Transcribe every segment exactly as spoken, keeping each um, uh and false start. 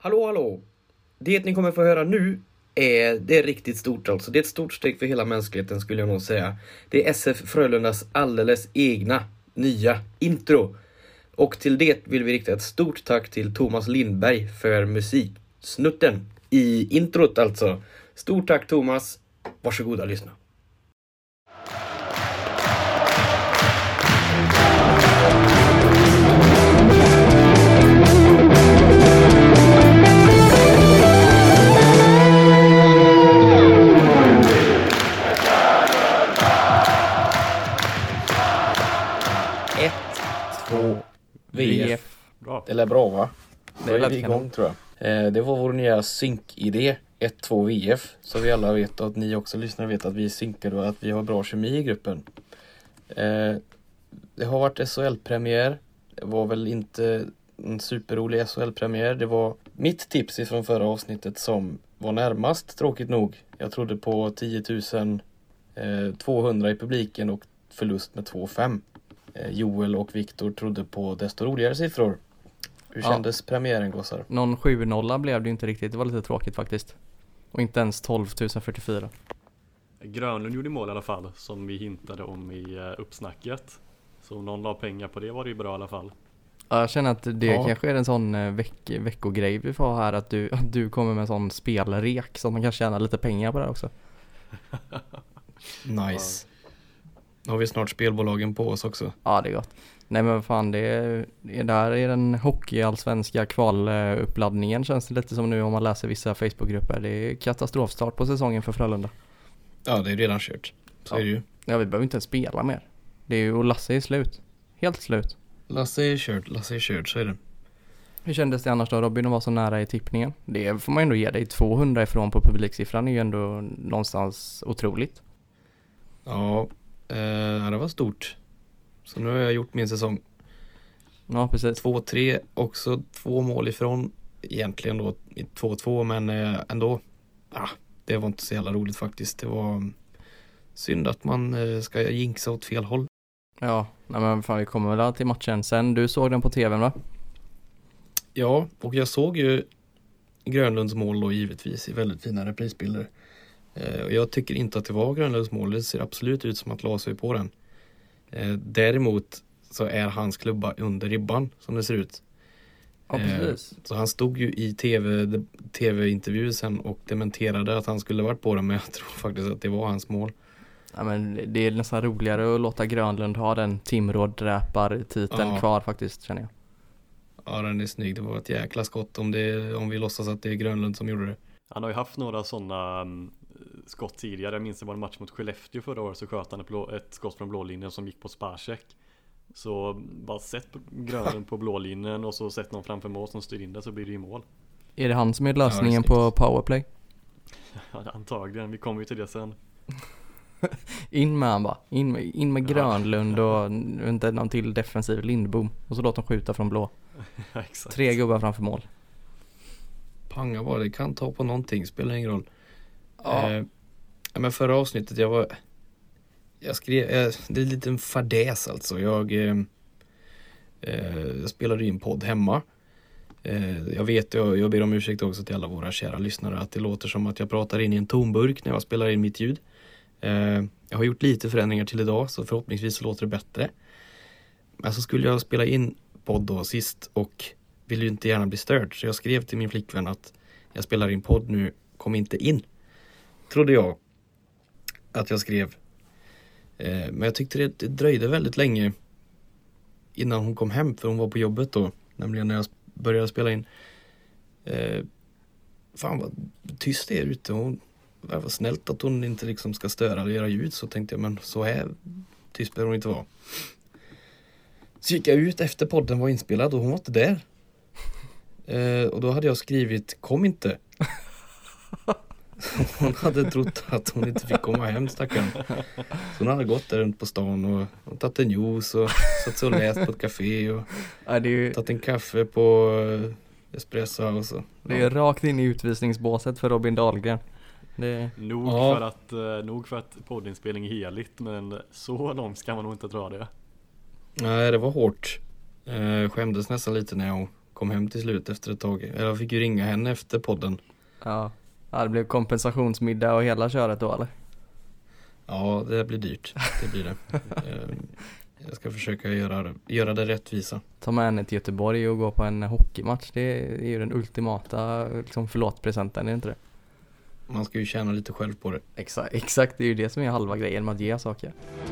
Hallå, hallå! Det ni kommer få höra nu är, det är riktigt stort alltså. Det är ett stort steg för hela mänskligheten skulle jag nog säga. Det är S F Frölundas alldeles egna, nya intro. Och till det vill vi rikta ett stort tack till Thomas Lindberg för musiksnutten i introt alltså. Stort tack Thomas, varsågoda lyssna. V F. Bra. Det är bra va? Det är vi igång tror jag. Eh, det var vår nya synk-idé. ett två V F. Så vi alla vet och att ni också lyssnar vet att vi är synkade och att vi har bra kemi i gruppen. Eh, det har varit S H L-premiär. Det var väl inte en superrolig S H L-premiär. Det var mitt tips ifrån förra avsnittet som var närmast, tråkigt nog. Jag trodde på tio tusen tvåhundra i publiken och förlust med två fem. Joel och Viktor trodde på desto roligare siffror. Hur ja. kändes premiären, gossar? Någon sju noll blev det inte riktigt. Det var lite tråkigt faktiskt. Och inte ens tolv tusen fyrtiofyra. Grönlund gjorde mål i alla fall, som vi hintade om i uppsnacket. Så om någon la pengar på det var det ju bra i alla fall. Ja, jag känner att det ja. kanske är en sån veck- veckogrej vi får här. Att du, att du kommer med en sån spelrek så att man kan tjäna lite pengar på det också. Nice. Nu har vi snart spelbolagen på oss också. Ja, det är gott. Nej men fan, det är, det är där i den hockeyallsvenska kvaluppladdningen känns det lite som nu om man läser vissa Facebookgrupper. Det är katastrofstart på säsongen för Frölunda. Ja, det är redan kört. Så ja. är det ju. Ja, vi behöver inte ens spela mer. Det är ju, och Lasse är slut. Helt slut. Lasse är kört, Lasse är kört, så är det. Hur kändes det annars då, Robin, att vara så nära i tippningen? Det får man ändå ge dig. tvåhundra ifrån på publiksiffran är ju ändå någonstans otroligt. Ja, eh, det var stort. Så nu har jag gjort min säsong. Ja, precis. två tre, också två mål ifrån. Egentligen då två två, men eh, ändå. Ah, det var inte så jävla roligt faktiskt. Det var synd att man eh, ska jinxa åt fel håll. Ja, nej men fan, vi kommer väl till matchen sen. Du såg den på tvn, va? Ja, och jag såg ju Grönlunds mål då givetvis i väldigt fina reprisbilder. Eh, och jag tycker inte att det var Grönlunds mål. Det ser absolut ut som att Lars är på den. Eh, däremot så är hans klubba under ribban som det ser ut. Ja, precis. Eh, så han stod ju i tv, tv-intervju sen och dementerade att han skulle varit på den, men jag tror faktiskt att det var hans mål. Ja, men det är nästan roligare att låta Grönlund ha den Timrå-dräpar-titeln ja. kvar faktiskt, känner jag. Ja, den är snygg. Det var ett jäkla skott om, det, om vi låtsas att det är Grönlund som gjorde det. Han har ju haft några sådana um, skott tidigare. Jag minns det var en match mot Skellefteå förra året, så sköt han ett, blå, ett skott från blålinjen som gick på Sparcheck. Så bara sett Grönlund på blålinjen och så sett någon framför mål som styr in det, så blir det ju mål. Är det han som är lösningen ja, är på powerplay? Ja, antagligen. Vi kommer ju till det sen. In med han bara. In med, in med Grönlund och inte någon till defensiv Lindbom. Och så låter de skjuta från blå. Ja, exakt. Tre gubbar framför mål. Panga bara, det kan ta på någonting, spelar ingen roll. Ja. Eh, men förra avsnittet, jag var... Jag skrev... Eh, det är lite en fadäs alltså. Jag, eh, jag spelade in podd hemma. Eh, jag vet, jag, jag ber om ursäkt också till alla våra kära lyssnare att det låter som att jag pratar in i en tomburk när jag spelar in mitt ljud. Eh, jag har gjort lite förändringar till idag, så förhoppningsvis så låter det bättre. Men så skulle jag spela in podd då sist och ville ju inte gärna bli störd. Så jag skrev till min flickvän att jag spelar in podd nu, kom inte in. Trodde jag att jag skrev. Eh, men jag tyckte det, det dröjde väldigt länge innan hon kom hem, för hon var på jobbet då. Nämligen när jag började spela in. Eh, fan vad tyst det är ute. Hon, det var snällt att hon inte liksom ska störa eller göra ljud. Så tänkte jag, men så här tyst behöver hon inte vara. Så gick jag ut efter podden var inspelad och hon var inte där. Eh, och då hade jag skrivit, kom inte. Hon hade trott att hon inte fick komma hem, stackarn. Så hon hade gått där runt på stan och, och tagit en juice och satt sig och läst på ett café och ja, det är ju... tagit en kaffe på uh, espresso och så. Det är ja. rakt in i utvisningsbåset för Robin Dahlgren. Det... Nog, ja. för att, uh, nog för att poddinspelning är heligt, men så långt ska man nog inte dra det. Nej, det var hårt. Uh, skämdes nästan lite när jag kom hem till slut efter ett tag. Eller jag fick ju ringa henne efter podden. Ja, ja det blev kompensationsmiddag och hela köret då eller? Ja, det blir dyrt. Det blir det. Eh, jag ska försöka göra, göra det rättvisa. Ta med henne till Göteborg och gå på en hockeymatch. Det är ju den ultimata liksom, förlåt-presenten, är det inte det? Man ska ju tjäna lite själv på det. Exakt, exakt, det är ju det som är halva grejen med att ge saker.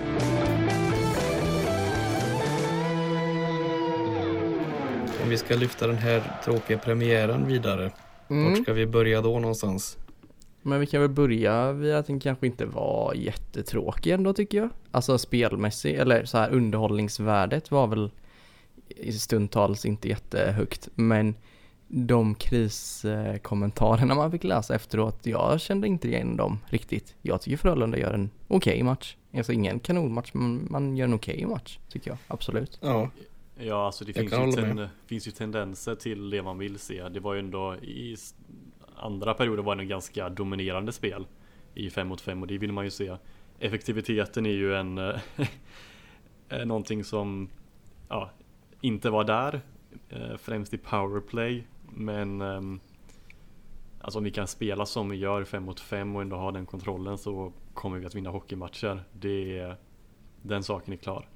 Om vi ska lyfta den här tråkiga premiären vidare, Mm. vart ska vi börja då någonstans? Men vi kan väl börja vid att den kanske inte var jättetråkig ändå tycker jag. Alltså spelmässigt, eller så här underhållningsvärdet var väl i stundtals inte jättehögt. Men de kriskommentarerna man fick läsa efteråt, jag kände inte igen dem riktigt. Jag tycker Frölunda gör en okej okay match. Alltså ingen kanonmatch, men man gör en okej okay match tycker jag, absolut. Ja. Ja, alltså det finns ju, ten- finns ju tendenser till det man vill se. Det var ju ändå i andra perioder var det en ganska dominerande spel i fem mot fem och det vill man ju se. Effektiviteten är ju en någonting som ja, inte var där, främst i powerplay, men alltså om vi kan spela som vi gör fem mot fem och ändå ha den kontrollen så kommer vi att vinna hockeymatcher. Det är, den saken är klar.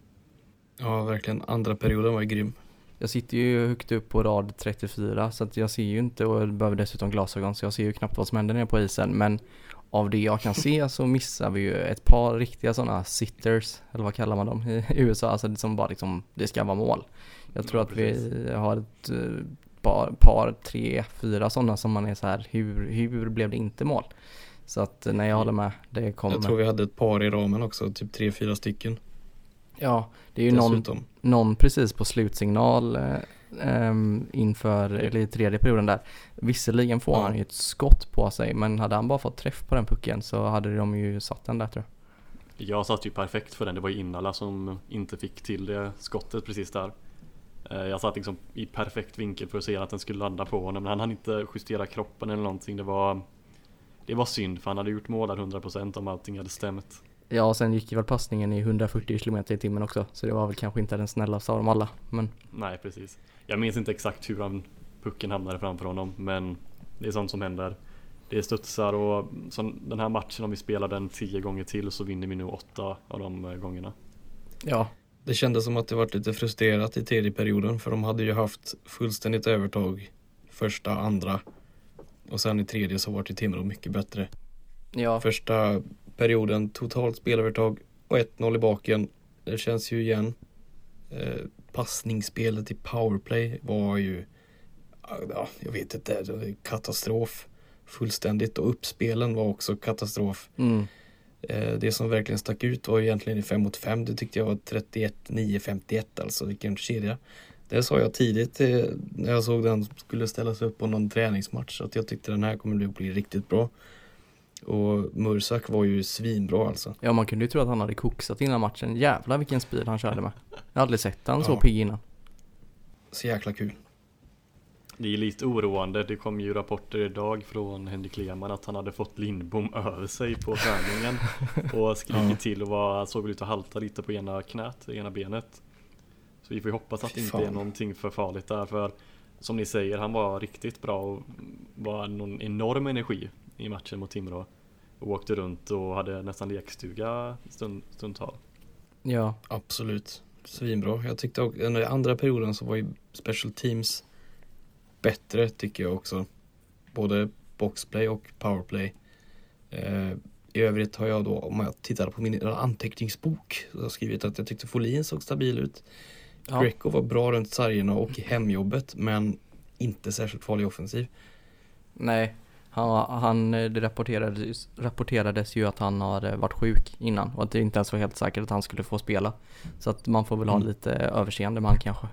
Ja, verkligen. Andra perioden var grym. Jag sitter ju högt upp på rad trettiofyra så att jag ser ju inte och behöver dessutom glasögon så jag ser ju knappt vad som händer nere på isen. Men av det jag kan se så missar vi ju ett par riktiga sådana sitters, eller vad kallar man dem i U S A, alltså som bara liksom, det ska vara mål. Jag tror ja, att vi har ett par, par tre, fyra sådana som man är så här, hur, hur blev det inte mål? Så att när jag håller med, det kommer. Jag tror vi hade ett par i ramen också, typ tre, fyra stycken. Ja, det är ju någon, någon precis på slutsignal eh, inför, eller i tredje perioden där. Visserligen får ja. han ju ett skott på sig, men hade han bara fått träff på den pucken så hade de ju satt den där tror jag. Jag satt ju perfekt för den, det var ju Innala som inte fick till det skottet precis där. Eh, jag satt liksom i perfekt vinkel för att se att den skulle landa på honom, men han hann inte justera kroppen eller någonting. Det var, det var synd för han hade gjort mål där hundra procent om allting hade stämt. Ja, och sen gick ju väl passningen i hundrafyrtio kilometer i timmen också. Så det var väl kanske inte den snällaste av dem alla. Men... Nej, precis. Jag minns inte exakt hur han, pucken hamnade framför honom. Men det är sånt som händer. Det är studsar och så den här matchen, om vi spelar den tio gånger till så vinner vi nu åtta av de gångerna. Ja. Det kändes som att det var lite frustrerat i tredje perioden. För de hade ju haft fullständigt övertag första, andra. Och sen i tredje så var det Timrå mycket bättre. Ja. Första perioden totalt spelövertag och ett noll i baken. Det känns ju igen. Eh, passningsspelet i powerplay var ju ja, jag vet inte, katastrof fullständigt, och uppspelen var också katastrof. Mm. Eh, det som verkligen stack ut var egentligen i fem mot fem. Det tyckte jag var trettioett nio femtioett, alltså vilken kedja. Det sa jag tidigt eh, när jag såg den skulle ställas upp på någon träningsmatch, att jag tyckte den här kommer att bli riktigt bra. Och Mursak var ju svinbra alltså. Ja, man kunde ju tro att han hade koksat innan matchen. Jävlar vilken speed han körde med. Jag har aldrig sett han så ja. pigg innan. Så jäkla kul. Det är lite oroande. Det kom ju rapporter idag från Henrik Lehmann att han hade fått Lindbom över sig på träningen och skrikit ja. till och var, såg ut att halta lite på ena knät, ena benet. Så vi får ju hoppas att det inte är någonting för farligt där, för som ni säger, han var riktigt bra och var någon enorm energi i matchen mot Timrå och åkte runt och hade nästan lekstuga stund, stundtal. Ja, absolut. Svinbra. Jag tyckte också, den andra perioden så var ju special teams bättre tycker jag också. Både boxplay och powerplay. Eh, I övrigt har jag då, om jag tittar på min anteckningsbok, så har jag skrivit att jag tyckte Folin såg stabil ut. Ja. Greco var bra runt sargerna och hemjobbet, men inte särskilt farlig offensiv. Nej, han, han det rapporterades, rapporterades ju att han har varit sjuk innan och att det inte ens var helt säkert att han skulle få spela. Så att man får väl ha mm. lite överseende med han kanske.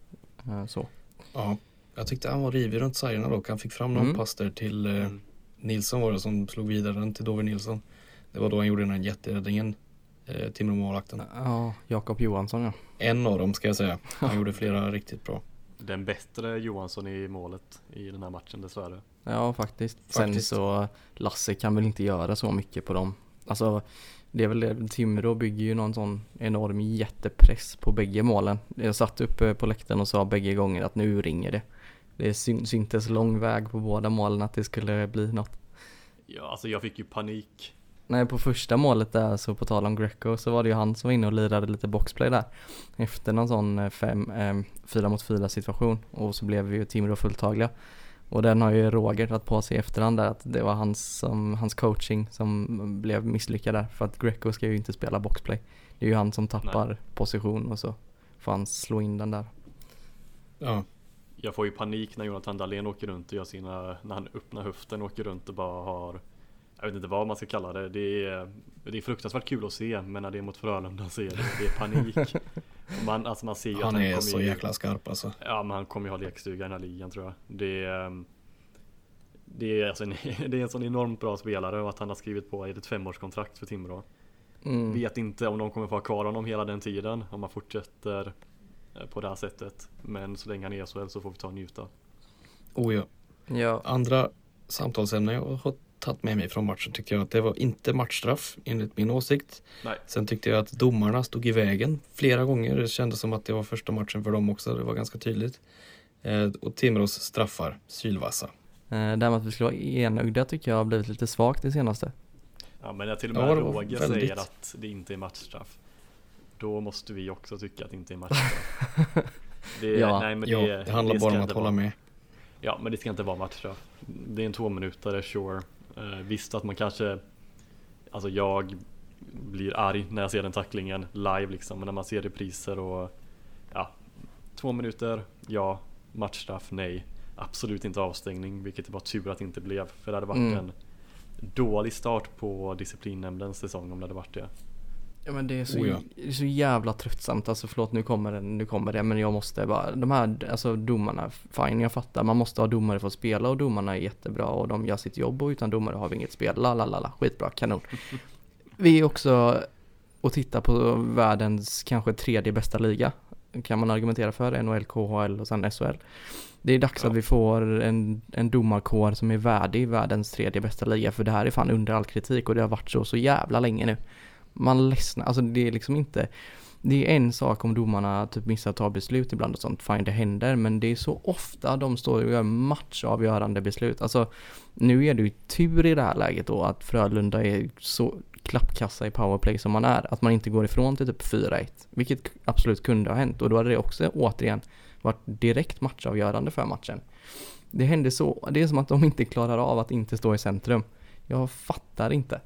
Så. Ja, jag tyckte han var rivig runt sargerna dock. Han fick fram någon mm. pass där till eh, Nilsson var det som slog vidare den till Dover Nilsson. Det var då han gjorde den här jätteräddningen. Eh, Timrå-målakten. Ja, Jakob Johansson ja. En av dem ska jag säga. Han gjorde flera riktigt bra. Den bättre Johansson i målet i den här matchen dessvärre. Ja, faktiskt. faktiskt. Sen så Lasse kan väl inte göra så mycket på dem. Alltså det är väl det, Timrå bygger ju någon sån enorm jättepress på bägge målen. Jag satt uppe på läktaren och sa bägge gånger att nu ringer det. Det syn- syntes lång väg på båda målen att det skulle bli något. Ja, alltså jag fick ju panik. Nej, på första målet där, så på tal om Greco, så var det ju han som var inne och lirade lite boxplay där. Efter någon sån fem, eh, fyra mot fyra situation. Och så blev vi ju Timrå fulltagliga. Och den har ju Roger tagit på sig i efterhand där, att det var hans, som, hans coaching som blev misslyckad där. För att Greco ska ju inte spela boxplay. Det är ju han som tappar Nej. position och så får han slå in den där. Ja. Jag får ju panik när Jonathan Dahlén åker runt och gör sina, när han öppnar höften och åker runt och bara har, jag vet inte vad man ska kalla det. Det är, det är fruktansvärt kul att se, men när det är mot Frölunda så är det, det är panik. Man, alltså man ser ju han att han är kommer så ju, jäkla skarp alltså. Ja, men han kommer ju ha lekstuga i den här ligan, tror jag. Det är, det är, alltså en, det är en sån enormt bra spelare, och att han har skrivit på ett femårskontrakt för Timrå. Mm. Vet inte om de kommer få ha kvar honom hela den tiden, om man fortsätter på det här sättet. Men så länge han är i S H L så får vi ta och njuta. Oh ja. Ja. Andra samtalsämnen jag har tagit med mig från matchen tyckte jag att det var inte matchstraff enligt min åsikt. Nej. Sen tyckte jag att domarna stod i vägen flera gånger. Det kändes som att det var första matchen för dem också. Det var ganska tydligt. Eh, och Timrås straffar, sylvassa. Eh, därmed att vi skulle vara enögda tycker jag har blivit lite svagt det senaste. Ja, men jag till och med ja, Roger väldigt. säger att det inte är matchstraff. Då måste vi också tycka att det inte är matchstraff. Det, ja. nej, men ja, det, det handlar det bara om ska att inte hålla vara. med. Ja, men det ska inte vara matchstraff. Det är en två minuter, sure. Uh, visst att man kanske, alltså jag blir arg när jag ser den tacklingen live liksom, men när man ser repriser och ja, två minuter, ja, matchstraff, nej. Absolut inte avstängning, vilket det var tur att det inte blev, för det hade varit mm. en dålig start på disciplinnämndens säsong om det hade varit det. Ja, men det är så, oh ja. det är så jävla tröttsamt. Alltså förlåt, nu kommer det, nu kommer det, men jag måste bara, de här, alltså domarna, fine, jag fattar, man måste ha domare för att spela och domarna är jättebra och de gör sitt jobb, och utan domare har vi inget spel, lalalala, skitbra, kanon. Vi är också och tittar på världens kanske tredje bästa liga, kan man argumentera för, N H L, K H L och sen S H L. Det är dags ja. att vi får en, en domarkår som är värdig världens tredje bästa liga, för det här är fan under all kritik och det har varit så så jävla länge nu. Man ledsnar, alltså det är liksom inte, det är en sak om domarna typ missar att ta beslut ibland och sånt, fine, det händer, men det är så ofta de står och gör matchavgörande beslut. Alltså nu är det ju tur i det här läget då att Frölunda är så klappkassa i powerplay som man är, att man inte går ifrån till typ fyra ett, vilket absolut kunde ha hänt, och då hade det också återigen varit direkt matchavgörande för matchen. Det händer så, det är som att de inte klarar av att inte stå i centrum. Jag fattar inte.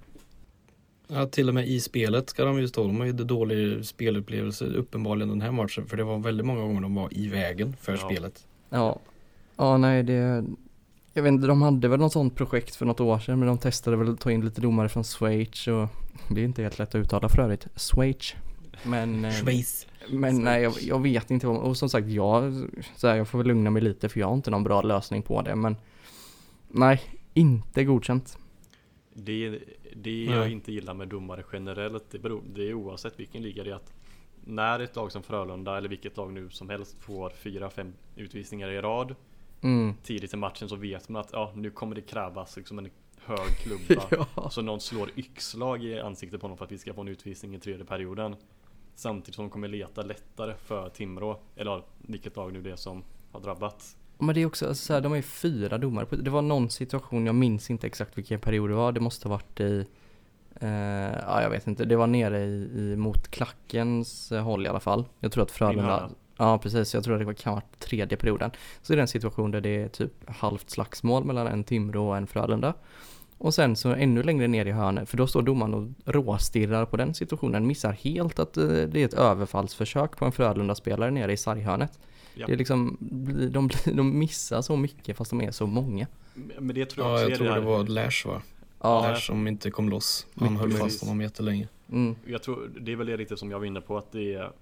Ja, till och med i spelet ska de ju stå. De har ju dålig spelupplevelse uppenbarligen den här matchen, för det var väldigt många gånger de var i vägen för ja. spelet. Ja, ja nej det, jag vet inte, de hade väl något sånt projekt för något år sedan, men de testade väl att ta in lite domare från Schweiz, och det är inte helt lätt att uttala för övrigt, Schweiz. Men, Schweiz. Men nej, jag, jag vet inte vad, och som sagt, jag, så här, jag får väl lugna mig lite för jag har inte någon bra lösning på det, men nej, inte godkänt. Det, det jag inte gillar med domare generellt, det, beror, det är oavsett vilken liga det är, att när ett lag som Frölunda eller vilket lag nu som helst får fyra, fem utvisningar i rad mm. tidigt i matchen, så vet man att ja, nu kommer det krävas liksom en hög klubba ja. så någon slår yxlag i ansiktet på någon för att vi ska få en utvisning i tredje perioden, samtidigt som de kommer leta lättare för Timrå eller vilket lag nu det är som har drabbats. Men det är också alltså, så här, de är fyra domare. Det var någon situation, jag minns inte exakt vilken period det var. Det måste ha varit i, eh, ja jag vet inte. Det var nere i, i mot klackens eh, håll i alla fall. Jag tror att Frölunda, ja precis, jag tror att det var kan ha varit tredje perioden. Så är det en situation där det är typ halvt slagsmål mellan en Timrå och en Frölunda. Och sen så ännu längre ner i hörnet, för då står domaren och råstirrar på den situationen. Missar helt att eh, det är ett överfallsförsök på en Frölunda-spelare nere i sarghörnet. Ja. Det är liksom, de, de missar så mycket fast de är så många. Men det tror jag, ja, jag det tror det, det var Lash va? Ja. Lash som inte kom loss. Han höll fast honom jättelänge. Mm. Jag tror, det är väl det riktigt som jag var inne på, att det är,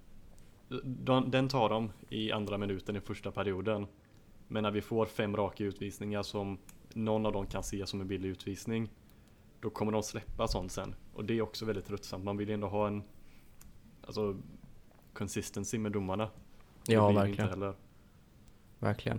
den tar de i andra minuten i första perioden. Men när vi får fem raka utvisningar som någon av dem kan se som en billig utvisning, då kommer de släppa sånt sen. Och det är också väldigt tröttsamt. Man vill ju ändå ha en alltså consistency med domarna. Ja, verkligen. Verkligen.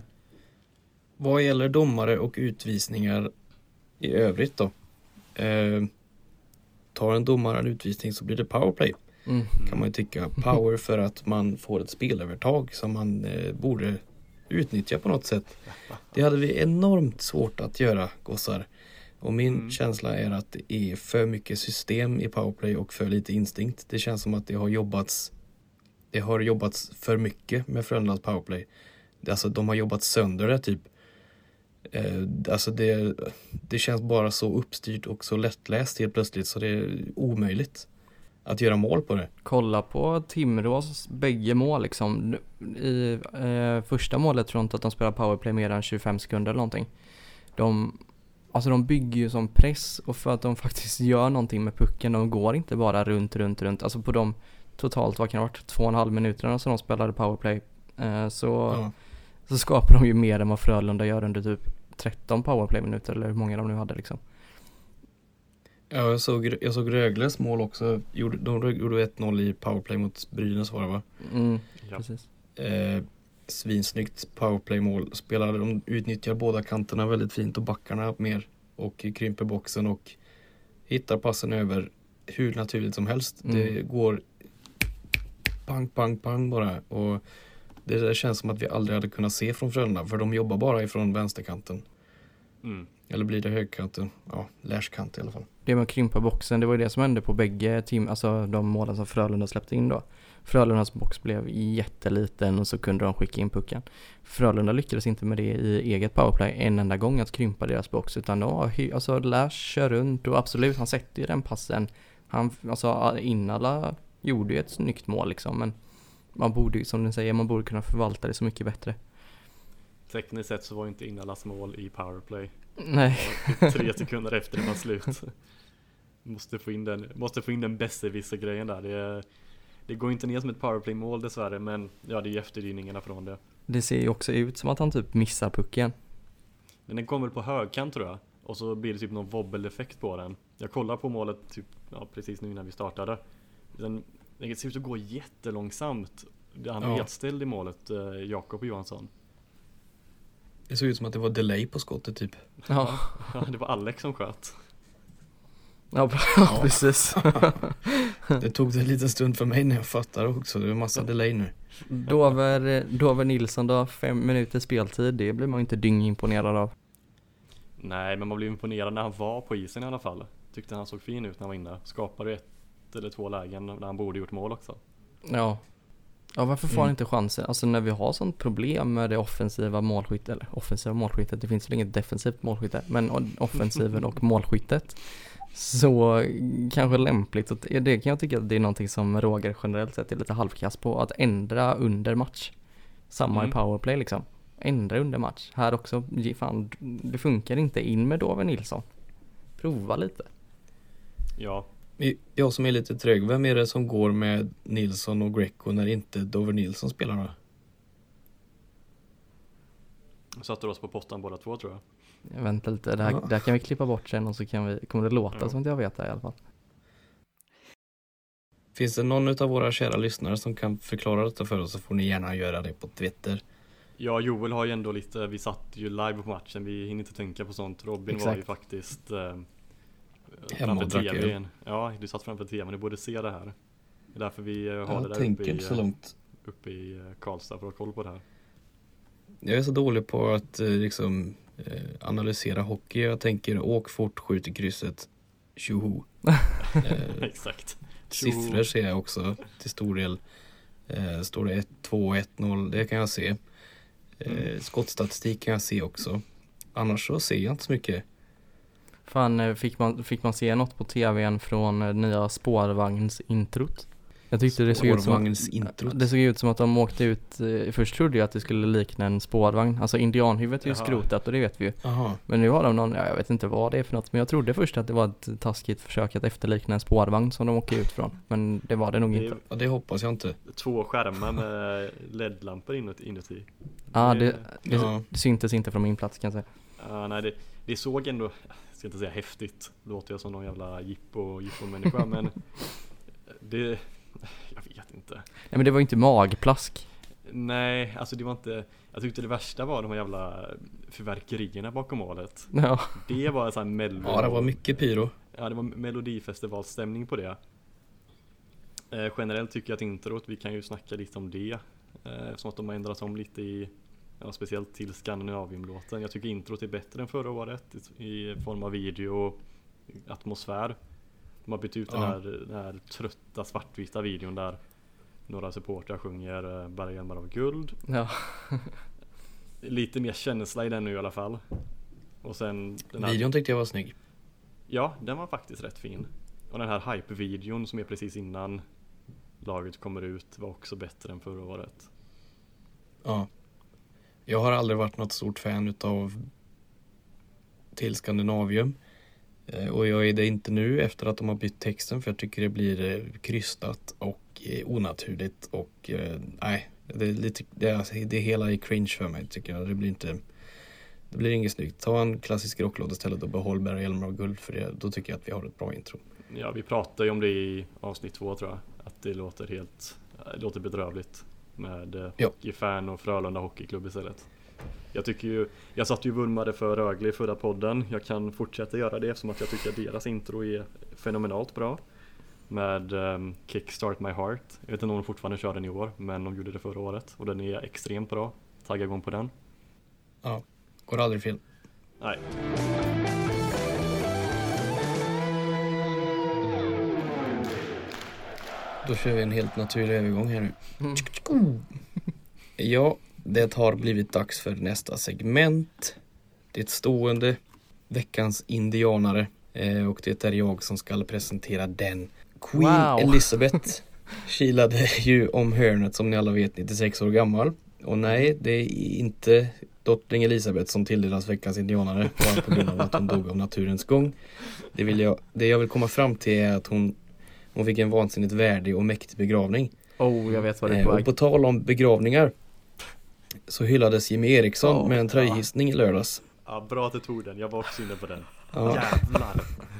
Vad gäller domare och utvisningar i övrigt då? Eh, tar en domare en utvisning så blir det powerplay. Mm. Kan man ju tycka. Power för att man får ett spelövertag som man eh, borde utnyttja på något sätt. Det hade vi enormt svårt att göra, gossar. Och min Mm. känsla är att det är för mycket system i powerplay och för lite instinkt. Det känns som att det har jobbats det har jobbats för mycket med Frölundas powerplay. Alltså de har jobbat sönder det typ. Eh, alltså det, det känns bara så uppstyrt och så lättläst helt plötsligt så det är omöjligt att göra mål på det. Kolla på Timrås bägge mål liksom. I eh, första målet tror jag inte att de spelar powerplay mer än tjugofem sekunder eller någonting. De, alltså de bygger ju som press och för att de faktiskt gör någonting med pucken. De går inte bara runt, runt, runt. Alltså på de totalt, vad kan det ha varit, två och en halv minuterna som de spelade powerplay eh, så, Ja. så skapar de ju mer än vad Frölunda gör under typ tretton powerplay-minuter eller hur många de nu hade liksom. Ja, jag såg, jag såg Rögles mål också. Gjorde, de gjorde ett noll i powerplay mot Brynäs var det va? Mm, Ja. precis. Eh, svinsnyggt powerplay-mål. Spelade, de utnyttjar båda kanterna väldigt fint och backarna mer och krymper boxen och hittar passen över hur naturligt som helst. Mm. Det går pang, pang, pang bara och det där känns som att vi aldrig hade kunnat se från Frölunda för de jobbar bara ifrån vänsterkanten. Mm. Eller blir det högkanten? Ja, lärskant i alla fall. Det med att krympa boxen, det var ju det som hände på bägge team, alltså de målen som Frölunda släppte in då. Frölundas box blev jätteliten och så kunde de skicka in pucken. Frölunda lyckades inte med det i eget powerplay en enda gång att krympa deras box utan de var hy- alltså Lars kör runt och absolut han sätter ju den passen. Han, alltså Innala gjorde ju ett snyggt mål liksom men man borde ju som du säger, man borde kunna förvalta det så mycket bättre. Tekniskt sett så var inte Innalas mål i powerplay. Nej. Det var typ tre sekunder efter det var slut. Måste få in den, måste få in den bästa grejen där. Det, det går inte ner som ett powerplay-mål dessvärre, men ja, det är efterdyningarna från det. Det ser ju också ut som att han typ missar pucken. Den kommer väl på högkant tror jag. Och så blir det typ någon wobbel-effekt på den. Jag kollar på målet typ, ja, precis nu innan vi startade. Den, den ser ut att gå jättelångsamt. Han är Ja. helt ställd i målet, eh, Jakob Johansson. Det såg ut som att det var delay på skottet typ. Ja, Ja, det var Alex som sköt. ja, ja. Precis. Det tog det en liten stund för mig när jag fattade också. Det är en massa delay nu. Dover, Dover Nilsson då, fem minuter speltid, det blir man inte dyngimponerad av. Nej, men man blev imponerad när han var på isen i alla fall. Tyckte han såg fin ut när han var inne. Skapade ett eller två lägen när han borde gjort mål också. Ja. Ja, varför får Mm. han inte chansen? Alltså när vi har sånt problem med det offensiva målskyttet, eller offensiva målskyttet, det finns väl inget defensivt målskytte, men o- offensiven och målskyttet. Så kanske lämpligt, och det kan jag tycka att det är någonting som Roger generellt sett är lite halvkass på, att ändra under match. Samma Mm. i powerplay liksom. Ändra under match. Här också, ge fan, det funkar inte, in med Dover Nilsson. Prova lite. Ja, Jag som är lite trög, vem är det som går med Nilsson och Greco när inte Dover Nilsson spelar då? satte oss på pottan båda två tror jag. Jag väntar lite, det här, Ja. där kan vi klippa bort sen och så kan vi, kommer det låta Ja. som att jag vet det i alla fall. Finns det någon av våra kära lyssnare som kan förklara detta för oss så får ni gärna göra det på Twitter. Ja, Joel har ju ändå lite, vi satt ju live på matchen, vi hinner inte tänka på sånt. Robin Exakt. var ju faktiskt eh, Hemma framför och drack öl. tvn. Ja, du satt framför tvn, du borde se det här. Det är därför vi eh, har det Jag där uppe tänker i, inte så långt. uppe i eh, Karlstad för att ha koll på det här. Jag är så dålig på att eh, liksom eh, analysera hockey. Jag tänker åk fort, skjut i krysset. Tjoho. Eh, Exakt. siffror ser jag också till stor del. Eh, står det ett två ett noll, det kan jag se. Eh, Mm. skottstatistik kan jag se också. Annars så ser jag inte så mycket. Fan, eh, fick man, fick man se något på tvn från eh, nya spårvagnsintrot? Jag tyckte det såg ut som Spårvagnens intro. det såg ut som att de åkte ut, eh, först trodde jag att det skulle likna en spårvagn. Alltså indianhuvudet är ju Jaha. skrotat och det vet vi ju. Jaha. Men nu har de någon, ja, jag vet inte vad det är för något, men jag trodde först att det var ett taskigt försök att efterlikna en spårvagn som de åker ut från. Men det var det nog Det inte. är Ja, det hoppas jag inte. två skärmar med L E D-lampor inuti. inuti. Ja, det, det, Ja. det syntes inte från min plats kan jag säga. Ja, nej, det, det såg ändå, jag ska inte säga häftigt, låter jag som någon jävla jippo, jippo-människa, men det, jag vet inte. Nej, men det var ju inte magplask. Nej, alltså det var inte, jag tyckte det värsta var de här jävla fyrverkerierna bakom målet. Ja, Det var en sån här mello. Ja, det var mycket pyro. Ja, det var melodifestivalstämning på det. Eh, generellt tycker jag att introt, vi kan ju snacka lite om det. Eh, eftersom att de har ändrat om lite i, ja, speciellt till Scandinavium-låten. Jag tycker introt är bättre än förra året i, i form av video och atmosfär. De har bytt ut ja. den, här, den här trötta svartvita videon där några supportrar sjunger eh, Berghjälmar av guld. Ja. Lite mer känsla i den nu i alla fall. Och sen den här... Videon tyckte jag var snygg. Ja, den var faktiskt rätt fin. Och den här hype-videon som är precis innan laget kommer ut var också bättre än förra året. Ja. Jag har aldrig varit något stort fan utav till Scandinavium. Och jag är det inte nu efter att de har bytt texten, för jag tycker det blir krystat och onaturligt och nej, det är lite det är, det är hela i cringe för mig, tycker jag. Det blir inte det blir inget snyggt. Ta en klassisk rocklåt istället och behåll Berghjälmar av guld, för det, då tycker jag att vi har ett bra intro. Ja, vi pratade ju om det i avsnitt två tror jag, att det låter helt det låter bedrövligt med hockeyfan och Frölunda hockeyklubb istället. Jag tycker ju, jag satt ju vurmade för Rögle i förra podden. Jag kan fortsätta göra det eftersom att jag tycker att deras intro är fenomenalt bra. Med um, Kickstart My Heart. Jag vet inte om de fortfarande kör den i år, men de gjorde det förra året. Och den är extremt bra. Tagga igång på den. Ja, går aldrig fel. Nej. Då kör vi en helt naturlig övergång här nu. Mm. Ja, det har blivit dags för nästa segment. Det är ett stående veckans indianare. Eh, och det är jag som ska presentera den. Queen wow. Elizabeth kilade ju om hörnet, som ni alla vet, nittiosex år gammal. Och nej, det är inte dottring Elisabeth som tilldelas veckans indianare bara på grund av att hon dog av naturens gång. Det, vill jag, det jag vill komma fram till är att hon, hon fick en vansinnigt värdig och mäktig begravning. Oh, jag vet vad det är på eh, Och på tal om begravningar så hyllades Jimmy Eriksson oh, med en tröjhissning i lördags. Ja, bra att du tog den. Jag var också inne på den. Ja. Jävlar.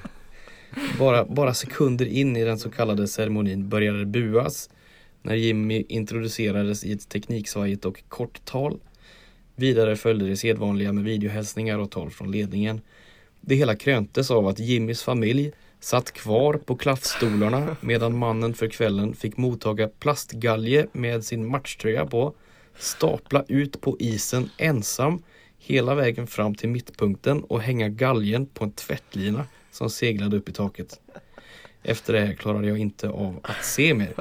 Bara, bara sekunder in i den så kallade ceremonin började det buas när Jimmy introducerades i ett tekniksvajigt och kort tal. Vidare följde det sedvanliga med videohälsningar och tal från ledningen. Det hela kröntes av att Jimmys familj satt kvar på klaffstolarna medan mannen för kvällen fick mottaga plastgalge med sin matchtröja på, stapla ut på isen ensam hela vägen fram till mittpunkten och hänga galgen på en tvättlina som seglade upp i taket. Efter det här klarade jag inte av att se mer.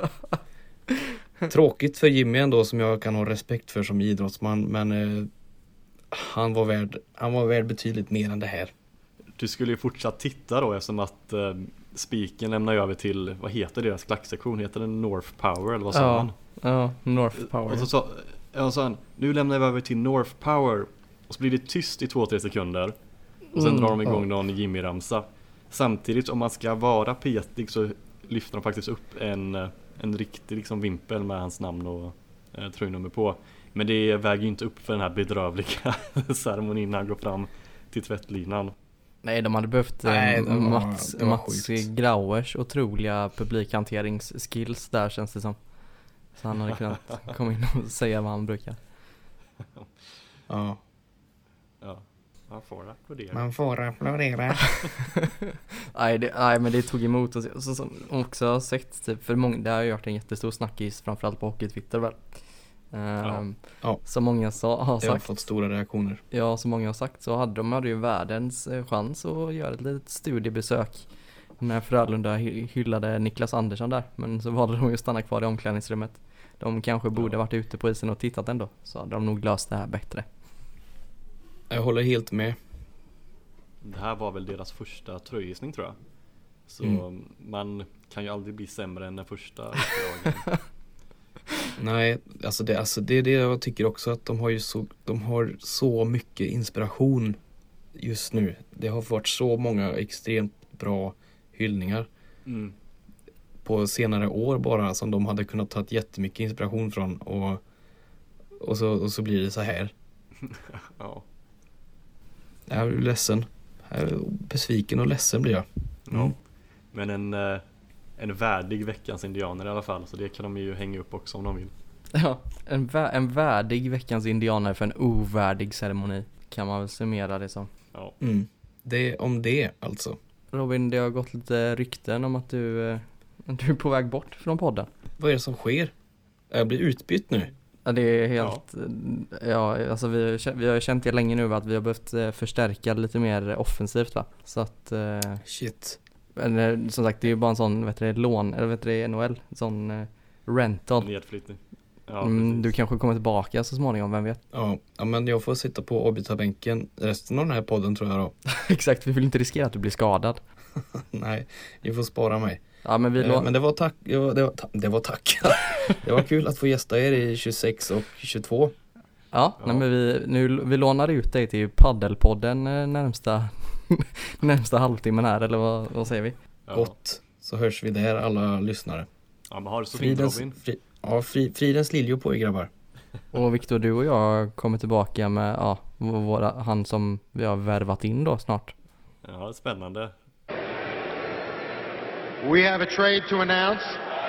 Tråkigt för Jimmy ändå, som jag kan ha respekt för som idrottsman, men eh, han var värd han var värd betydligt mer än det här. Du skulle ju fortsatt titta då, eftersom att eh, spiken lämnar över till, vad heter deras klacksektion? Heter den North Power eller vad sa ja, han? Ja, North Power. Och så sa jag sa han, nu lämnar vi över till North Power. Och så blir det tyst i två tre sekunder. Och sen mm, drar de igång ja. någon Jimmy-ramsa. Samtidigt, om man ska vara petig, så lyfter de faktiskt upp en, en riktig liksom vimpel med hans namn och eh, tröjnummer på. Men det väger ju inte upp för den här bedrövliga ceremonin när han går fram till tvättlinan. Nej, de hade behövt Nej, eh, var, Mats, Mats Grauers otroliga publikhanteringsskills där, känns det som. Så han hade kunnat komma in och säga vad han brukar. Ja. Ja. Man får applådera. Man får applådera. nej, det, nej, men det tog emot. Och så, som också har sett, typ, för många, det har ju varit en jättestor snackis, framförallt på hockey-Twitter väl. Um, ja. Så många sa, har sagt. Jag har fått stora reaktioner. Ja, som många har sagt, så hade de hade ju världens chans att göra ett litet studiebesök när Frölunda hyllade Niklas Andersson där. Men så valde de ju att stanna kvar i omklädningsrummet. De kanske borde varit ute på isen och tittat ändå. Så hade de nog löst det här bättre. Jag håller helt med. Det här var väl deras första tröjgissning, tror jag. Så mm. man kan ju aldrig bli sämre än den första dagen. Nej, alltså det, alltså det är det jag tycker också, att de har ju så, de har så mycket inspiration just nu. Det har varit så många extremt bra hyllningar mm. på senare år bara, som de hade kunnat ta jättemycket inspiration från, och, och, så, och så blir det så här. Ja. Jag är ledsen. Jag är besviken och ledsen blir jag. Mm. Ja. Men en, en värdig veckans indianer i alla fall. Så det kan de ju hänga upp också om de vill. Ja, en, vä- en värdig veckans indianer för en ovärdig ceremoni. Kan man väl summera det som. Ja. Mm. Det är om det alltså. Robin, det har gått lite rykten om att du, eh, du är på väg bort från podden. Vad är det som sker? Jag blir utbytt nu. Ja, det är helt, ja, ja alltså vi, har känt- vi har känt det länge nu va, att vi har behövt eh, förstärka lite mer offensivt va. Så att, eh, Shit. men, eh, som sagt det är ju bara en sån, vet du, lån, eller vet du, N H L, en sån eh, rental. Nedflyttning. Ja, Mm, du precis. kanske kommer tillbaka så småningom, vem vet? Ja, ja, men jag får sitta på avbytarbänken resten av den här podden tror jag då. Exakt, vi vill inte riskera att du blir skadad. Nej, vi får spara mig. Ja, men vi Eh, lå- Men det var tack, det var, det var, ta- det var tack. Det var kul att få gästa er i tjugosex och tjugotvå. Ja, Ja. Nej, men vi, nu, vi lånar ut dig till paddelpodden eh, närmsta, närmsta halvtimmen här, eller vad, vad säger vi? Ja. Gott, så hörs vi där alla lyssnare. Ja, men har det så fint Fridens, Robin. fri, ja, fri, fridens liljor på er grabbar. Och Viktor, du och jag kommer tillbaka med ja, våra, han som vi har värvat in då snart. Ja, spännande. We have a trade to announce.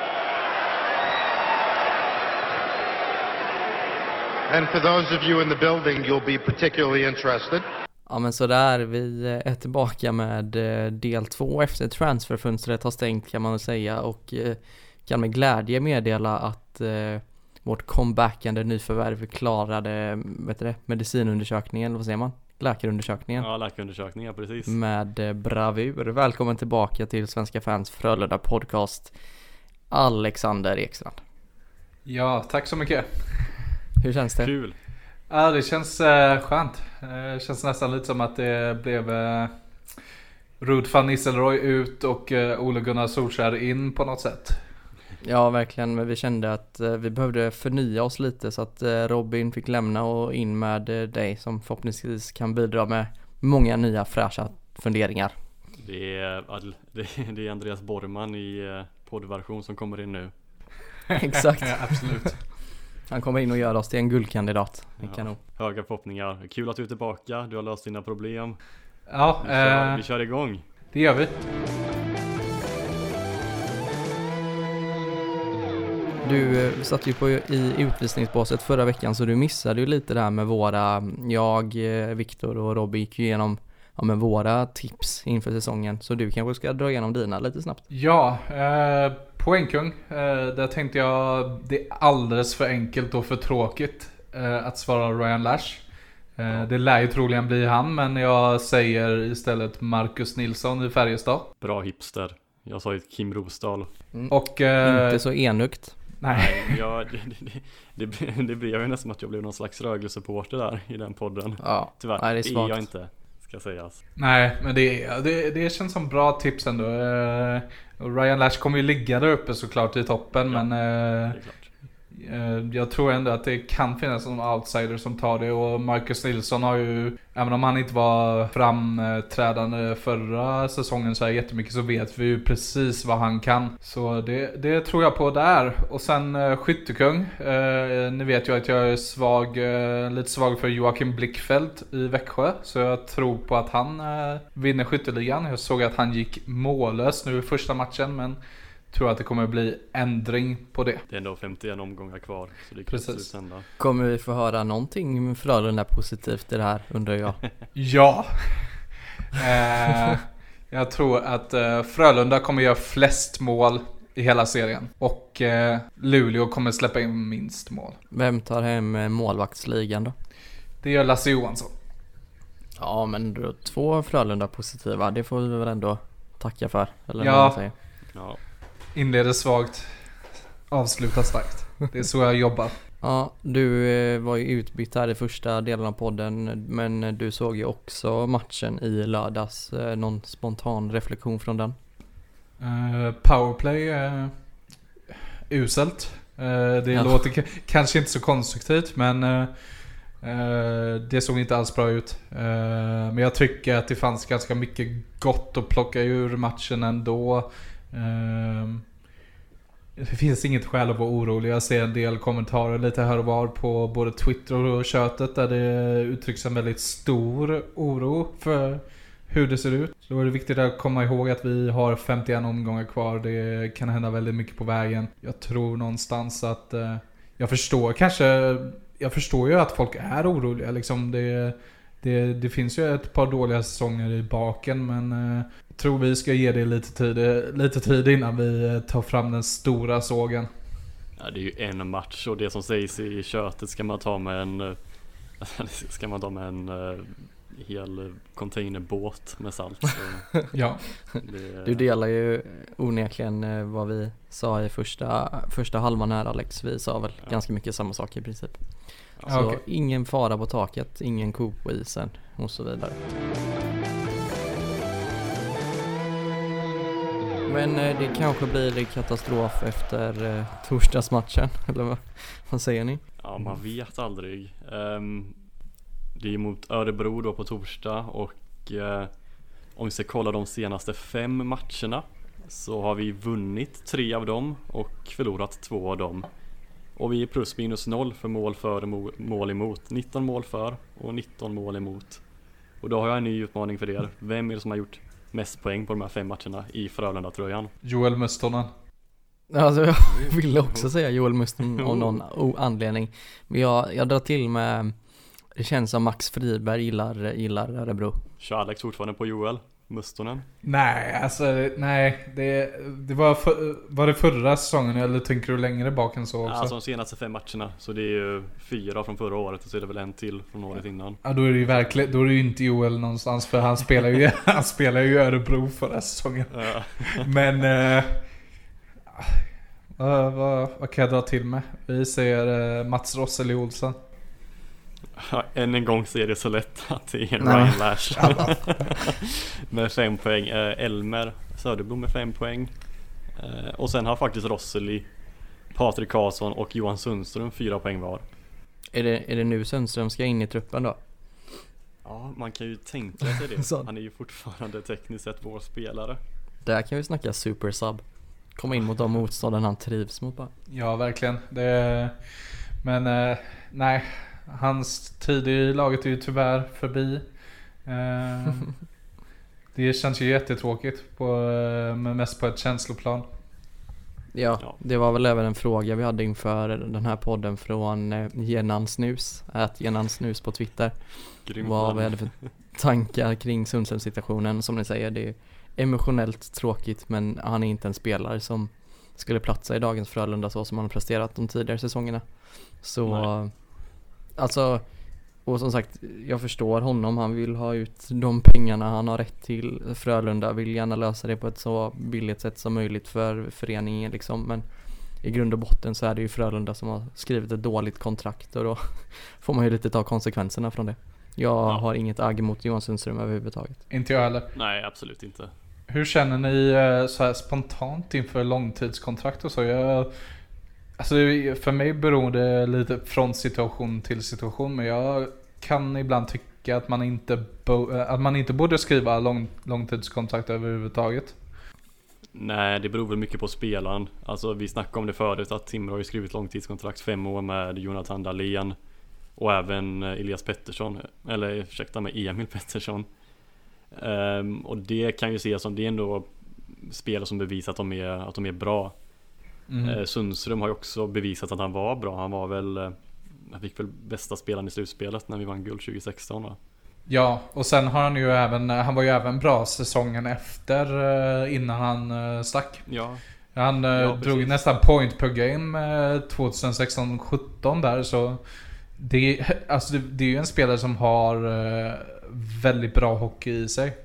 And for those of you in the building, you'll be particularly interested. Ja men sådär, vi är tillbaka med eh, del två efter transferfönstret har stängt kan man väl säga och eh, kan med glädje meddela att eh, vårt comebackande nyförvärv klarade vet du det, medicinundersökningen, eller vad säger man? Läkarundersökningen. Ja, läkarundersökningar, precis. Med eh, bravur. Välkommen tillbaka till Svenska fans Frölunda podcast, Alexander Ekstrand. Ja, tack så mycket. Hur känns det? Kul. Ja, det känns eh, skönt. Det känns nästan lite som att det blev eh, Rud van Nistelrooy ut och eh, Ole Gunnar Solskjær in på något sätt. Ja, verkligen. Men vi kände att eh, vi behövde förnya oss lite så att eh, Robin fick lämna och in med eh, dig som förhoppningsvis kan bidra med många nya fräscha funderingar. Det är, all- det det är Andreas Borgman i eh, poddversion som kommer in nu. Exakt. Ja, absolut. Han kommer in och gör oss till en guldkandidat. Det kan nog. Höga förhoppningar. Kul att du är tillbaka. Du har löst dina problem. Ja, Vi kör, eh, vi kör igång. det gör vi. Du eh, satt ju på i utvisningsbåset förra veckan så du missade ju lite där med våra, jag, eh, Viktor och Robby gick ju igenom ja, med våra tips inför säsongen. Så du kanske ska dra igenom dina lite snabbt. Ja, eh, poängkung. Eh, där tänkte jag det är alldeles för enkelt och för tråkigt eh, att svara Ryan Lash. Eh, det lär ju troligen bli han, men jag säger istället Marcus Nilsson i Färjestad. Bra hipster. Jag sa ju Kim Rosdahl. Och eh, Inte så enögt. nej. Ja, det, det, det, det, det blir ju nästan att jag blev någon slags Rögle-supporter där i den podden. Ja, Tyvärr, nej, det är det är svagt. jag inte, ska sägas. Nej, men det, det, det känns som bra tips ändå. Eh, och Ryan Lash kommer ju ligga där uppe såklart i toppen, Ja, men Det eh, är klart. eh, jag tror ändå att det kan finnas någon outsider som tar det. Och Marcus Nilsson har ju, även om han inte var framträdande förra säsongen så här jättemycket, så vet vi ju precis vad han kan. Så det, det tror jag på där. Och sen eh, skyttekung. Eh, ni vet ju att jag är svag, eh, lite svag för Joakim Blickfeldt i Växjö. Så jag tror på att han eh, vinner skytteligan. Jag såg att han gick mållös nu i första matchen, men tror att det kommer bli ändring på det. Det är ändå femtioen omgångar kvar, så det kan Precis. absolut hända. Kommer vi få höra någonting med Frölunda positivt i det här, undrar jag. Ja. eh, jag tror att eh, Frölunda kommer göra flest mål i hela serien. Och eh, Luleå kommer släppa in minst mål. Vem tar hem eh, målvaktsligan då? Det gör Lasse Johansson. Ja, men då, två Frölunda positiva, det får vi väl ändå tacka för. Eller Ja. vad man säger. Ja, Inleder svagt, avslutar starkt. Det är så jag jobbar. Ja, du eh, var ju utbytt här i första delen av podden, men du såg ju också matchen i lördags. Eh, någon spontan reflektion från den? Eh, powerplay är uselt. Eh, det Ja. låter k- kanske inte så konstruktivt, men eh, eh, det såg inte alls bra ut. Eh, men jag tycker att det fanns ganska mycket gott att plocka ur matchen ändå. Eh, det finns inget skäl att vara orolig. Jag ser en del kommentarer lite här och var på både Twitter och köttet där det uttrycks en väldigt stor oro för hur det ser ut. Då är det viktigt att komma ihåg att vi har femtioen omgångar kvar. Det kan hända väldigt mycket på vägen. Jag tror någonstans att eh, jag förstår kanske, jag förstår ju att folk är oroliga liksom. Det, det, det finns ju ett par dåliga säsonger i baken, men eh, tror vi ska ge det lite tid, lite tid innan vi tar fram den stora sågen. Ja, det är ju en match och det som sägs i köttet ska man ta med en ska man ta med en uh, hel containerbåt med salt. Så ja. det... Du delar ju onekligen uh, vad vi sa i första, första halvan här, Alex. Vi sa väl ja. ganska mycket samma sak i princip. Ja, så okay. Ingen fara på taket, ingen ko på isen och så vidare. Men det kanske blir katastrof efter eh, torsdagsmatchen, eller vad, vad säger ni? Ja, man vet aldrig. Um, det är mot Örebro då på torsdag och uh, om vi ska kolla de senaste fem matcherna så har vi vunnit tre av dem och förlorat två av dem. Och vi är plus minus noll för mål för och mål emot. nitton mål för och nitton mål emot. Och då har jag en ny utmaning för er. Vem är det som har gjort mest poäng på de här fem matcherna i Frölunda-tröjan? Joel Mustonen. Alltså jag ville också säga Joel Mustonen av någon anledning. Men jag, jag drar till med, det känns som Max Friberg gillar, gillar Örebro. Kör Alex fortfarande på Joel Mustonen? Nej, alltså nej. Det, det var, för, var det förra säsongen eller tänker du längre bak än så också? Alltså de senaste fem matcherna. Så det är ju fyra från förra året och så är det väl en till från året innan. Ja, då är det ju verkligen, då är det ju inte Joel någonstans för han spelar ju, han spelar ju Örebro förra säsongen. Ja. Men äh, vad, vad, vad kan jag dra till med? Vi ser äh, Mats Rosseli Olsen. Ja, än en gång så är det så lätt att det är en Ryan Lash med fem poäng. eh, Elmer Söderblom med fem poäng eh, och sen har faktiskt Rosseli, Patrik Karlsson och Johan Sundström fyra poäng var. Är det, är det nu Sundström ska in i truppen då? Ja, man kan ju tänka sig det. Han är ju fortfarande tekniskt sett vår spelare. Där kan vi snacka super sub. Komma in mot de motstånden han trivs mot bara. Ja, verkligen det, men eh, nej. Hans tid i laget är ju tyvärr förbi. eh, Det känns ju jättetråkigt på, men mest på ett känsloplan. Ja, ja, det var väl även en fråga vi hade inför den här podden från eh, Genan Snus, att Genan Snus på Twitter. Grym. Vad vi hade för tankar kring Sundströms situationen. Som ni säger, det är emotionellt tråkigt, men han är inte en spelare som skulle platsa i dagens Frölunda så som han har presterat de tidigare säsongerna. Så nej. Alltså, och som sagt, jag förstår honom. Han vill ha ut de pengarna han har rätt till. Frölunda vill gärna lösa det på ett så billigt sätt som möjligt för föreningen liksom. Men i grund och botten så är det ju Frölunda som har skrivit ett dåligt kontrakt och då får man ju lite ta konsekvenserna från det. Jag ja. har inget agg mot Johan Sundström överhuvudtaget. Inte jag heller. Nej, absolut inte. Hur känner ni så här spontant inför långtidskontrakt och så? Jag... Alltså för mig beror det lite från situation till situation, men jag kan ibland tycka att man inte, bo- att man inte borde skriva lång- långtidskontrakt överhuvudtaget. Nej, det beror väl mycket på spelaren. Alltså vi snackade om det förut att Timrå har ju skrivit långtidskontrakt fem år med Jonathan Dahlén och även Elias Pettersson, eller ursäkta med Emil Pettersson. Um, och det kan ju ses som det är ändå spelare som bevisar att de är, att de är bra. Mm. Eh, Sundström har ju också bevisat att han var bra. Han var väl eh, han fick väl bästa spelaren i slutspelet när vi vann guld tjugo sexton, va? Ja, och sen har han ju även han var ju även bra säsongen efter eh, innan han eh, stack. Ja. Han eh, ja, drog nästan point per game eh, tjugosexton sjutton där, så det, alltså det, det är ju en spelare som har eh, väldigt bra hockey i sig.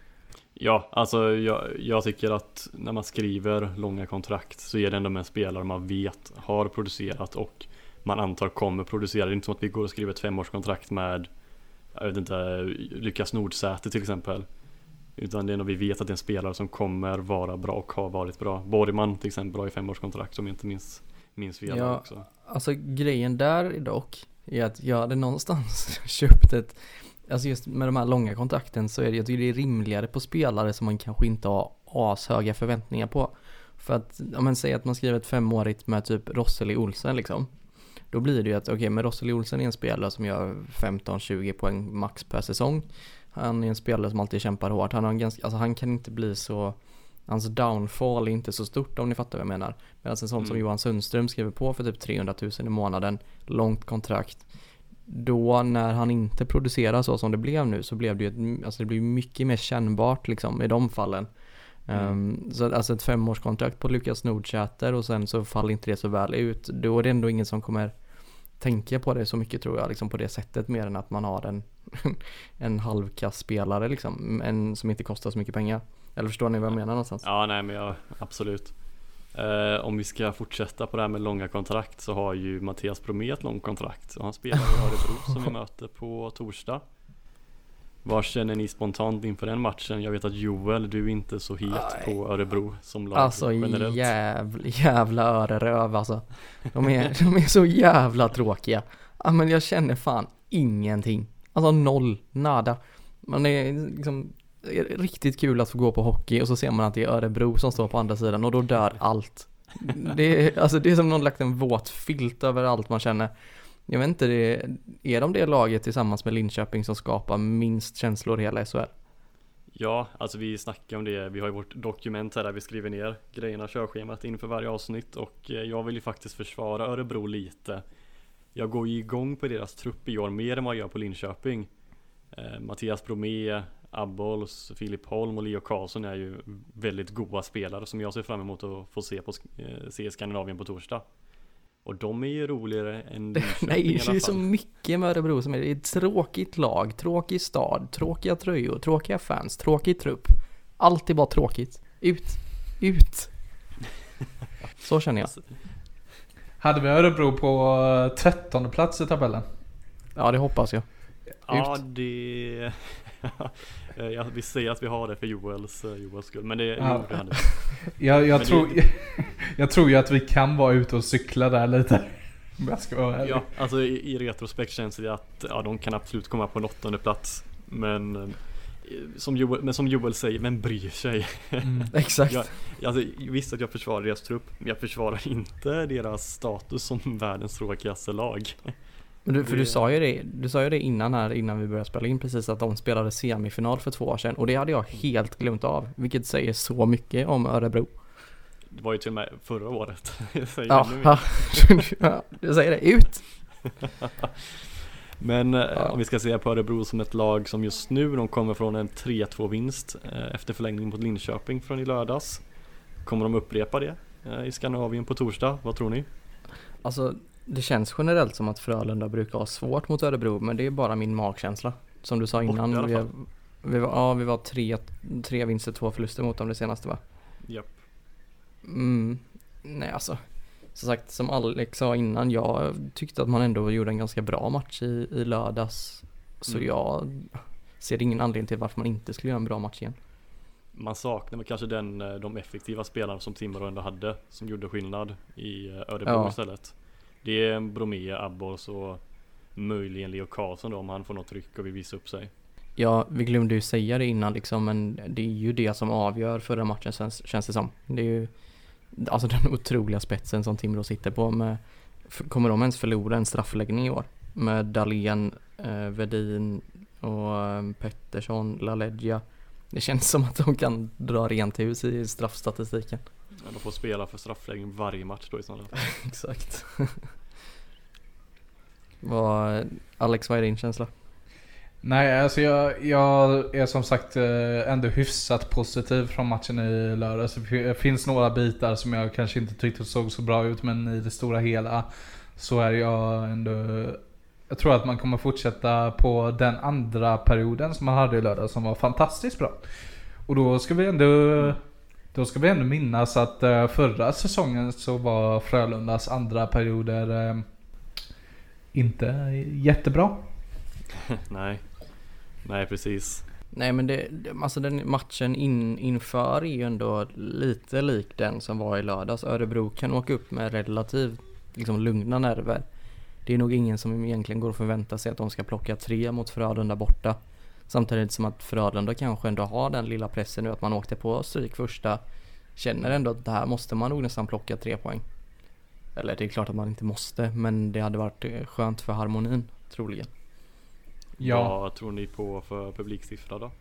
Ja, alltså jag, jag tycker att när man skriver långa kontrakt så är det ändå med en spelare man vet har producerat och man antar kommer producera. Det är inte som att vi går och skriver ett femårskontrakt med, jag vet inte, Lukas Nordsäter till exempel. Utan det är nog vi vet att det är en spelare som kommer vara bra och har varit bra. Borgman till exempel har ju femårskontrakt som inte minns, minns fel ja, också. Alltså grejen där dock är att jag hade någonstans köpt ett, alltså just med de här långa kontrakten så är det, jag tycker det är rimligare på spelare som man kanske inte har ashöga förväntningar på. För att om man säger att man skriver ett femårigt med typ Rosseli Olsen liksom, då blir det ju att okej, okay, men Rosseli Olsen är en spelare som gör femton tjugo poäng max per säsong. Han är en spelare som alltid kämpar hårt. Han har en ganska, alltså han kan inte bli så, hans downfall är inte så stort om ni fattar vad jag menar. Medan en sån mm. som Johan Sundström skriver på för typ trehundratusen i månaden, långt kontrakt. då när han inte producerar så som det blev nu så blev det ju ett, alltså det blir mycket mer kännbart liksom i de fallen. Mm. Um, så alltså ett femårskontrakt på Lukas Nordsäter och sen så faller inte det så väl ut. Då är det ändå ingen som kommer tänka på det så mycket tror jag liksom på det sättet mer än att man har en en halvkass spelare liksom, en som inte kostar så mycket pengar. Eller förstår ni vad jag menar någonstans? Ja, nej men jag, absolut. Eh, om vi ska fortsätta på det här med långa kontrakt så har ju Mattias Bromé ett långt kontrakt och han spelar i Örebro som vi möter på torsdag. Vad känner ni spontant inför den matchen? Jag vet att Joel, du är inte så het Aj. på Örebro som lag alltså, generellt. jävla, jävla öreröv alltså. De är, de är så jävla tråkiga. Ja, men jag känner fan ingenting. Alltså noll, nada. Man är liksom det är riktigt kul att få gå på hockey och så ser man att det är Örebro som står på andra sidan och då dör allt. Det är, alltså det är som någon lagt en våt filt över allt man känner. Jag vet inte, det, är de det laget tillsammans med Linköping som skapar minst känslor i hela S H L? Ja, alltså vi snackar om det. Vi har ju vårt dokument här där vi skriver ner grejerna, körschemat inför varje avsnitt och jag vill ju faktiskt försvara Örebro lite. Jag går ju igång på deras trupp i år mer än vad jag gör på Linköping. Eh, Mattias Bromé, Abbols, Filip Holm och Leo Karlsson är ju väldigt goda spelare som jag ser fram emot att få se på eh, se i Skandinavien på torsdag. Och de är ju roligare än Linköping. Nej, det är så mycket med Örebro som är ett tråkigt lag, tråkig stad, tråkiga tröjor, tråkiga fans, tråkig trupp. Allt är bara tråkigt. Ut, ut. Så känner jag. Hade vi Örebro på trettonde plats i tabellen? Ja, det hoppas jag. Ja, det... ja, vi säger att vi har det för Joels, Joels skull. Men det, ja. det hade jag, jag, men tror, det... jag, jag tror ju att vi kan vara ute och cykla där lite. Jag ska vara ja, alltså i, i retrospekt känns det att ja, de kan absolut komma på en åttonde plats. Men som Joel, men som Joel säger, men bryr sig. Mm, exakt. jag, alltså, visst att jag försvarar deras trupp, men jag försvarar inte deras status som världens tråkigaste lag. Men du, för du sa ju det, du sa ju det innan här, innan vi började spela in precis att de spelade semifinal för två år sedan och det hade jag helt glömt av, vilket säger så mycket om Örebro. Det var ju till och med förra året. Ja, ja, du säger det, ut! Men ja. Om vi ska se på Örebro som ett lag som just nu, de kommer från en tre två vinst efter förlängning mot Linköping från i lördags. Kommer de upprepa det i Skandinavien på torsdag? Vad tror ni? Alltså, det känns generellt som att Frölunda brukar ha svårt mot Örebro, men det är bara min magkänsla. Som du sa innan, Bort, vi, var, vi, var, ja, vi var tre, tre vinster, två förluster mot dem det senaste, va? Japp. Mm, nej, alltså. Som sagt, som Alex sa innan, jag tyckte att man ändå gjorde en ganska bra match i, i lördags. Så mm. jag ser ingen anledning till varför man inte skulle göra en bra match igen. Man saknar väl kanske den, de effektiva spelarna som Timrå ändå hade, som gjorde skillnad i Örebro ja. istället. Det är Bromé, Abbos och möjligen Leo Karlsson då, om han får något tryck och vill visa upp sig. Ja, vi glömde ju säga det innan liksom, men det är ju det som avgör förra matchen känns, känns det som. Det är ju alltså den otroliga spetsen som Timrå sitter på med, kommer de ens förlora en straffläggning i år? Med Dahlén, eh, Vedin och eh, Pettersson, LaLeggia. Det känns som att de kan dra rent hus i straffstatistiken. Ja, de får spela för straffläggning varje match då i sådana. Exakt. Vad, Alex, vad är din känsla? Nej, alltså jag, jag är som sagt ändå hyfsat positiv från matchen i lördag. Så det finns några bitar som jag kanske inte tyckte såg så bra ut, men i det stora hela så är jag ändå... Jag tror att man kommer fortsätta på den andra perioden som man hade i lördag som var fantastiskt bra. Och då ska vi ändå... Då ska vi ändå minnas att förra säsongen så var Frölundas andra perioder eh, inte jättebra. Nej, nej precis. Nej, men det, alltså den matchen in, inför är ju ändå lite lik den som var i lördags. Örebro kan åka upp med relativt liksom, lugna nerver. Det är nog ingen som egentligen går att förvänta sig att de ska plocka tre mot Frölunda borta. Samtidigt som att Frölunda kanske ändå har den lilla pressen nu att man åkte på stryk första. Känner ändå att det här måste man nog nästan plocka tre poäng. Eller det är klart att man inte måste, men det hade varit skönt för harmonin, troligen. Ja. Vad tror ni på för publiksiffra då?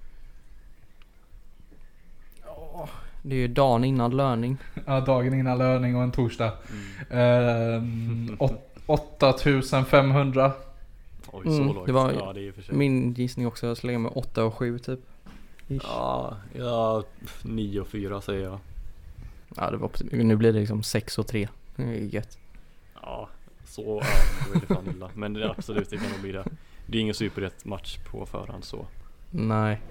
Ja, det är ju dagen innan löning. Ja, dagen innan löning och en torsdag. Mm. Eh, åtta tusen femhundra. Oj, Mm, så lågt. det var ja, det är för sig. Min gissning också, jag slänger med åtta och sju typ. Ish. Ja, ja, nio och fyra säger jag. Ja, det var optim- nu blir det liksom sex och tre. Det är gött. Ja, så ja, då är det fan illa. Men det är absolut, det kan nog bli det. Det är ingen superrätt match på förhand så. Nej.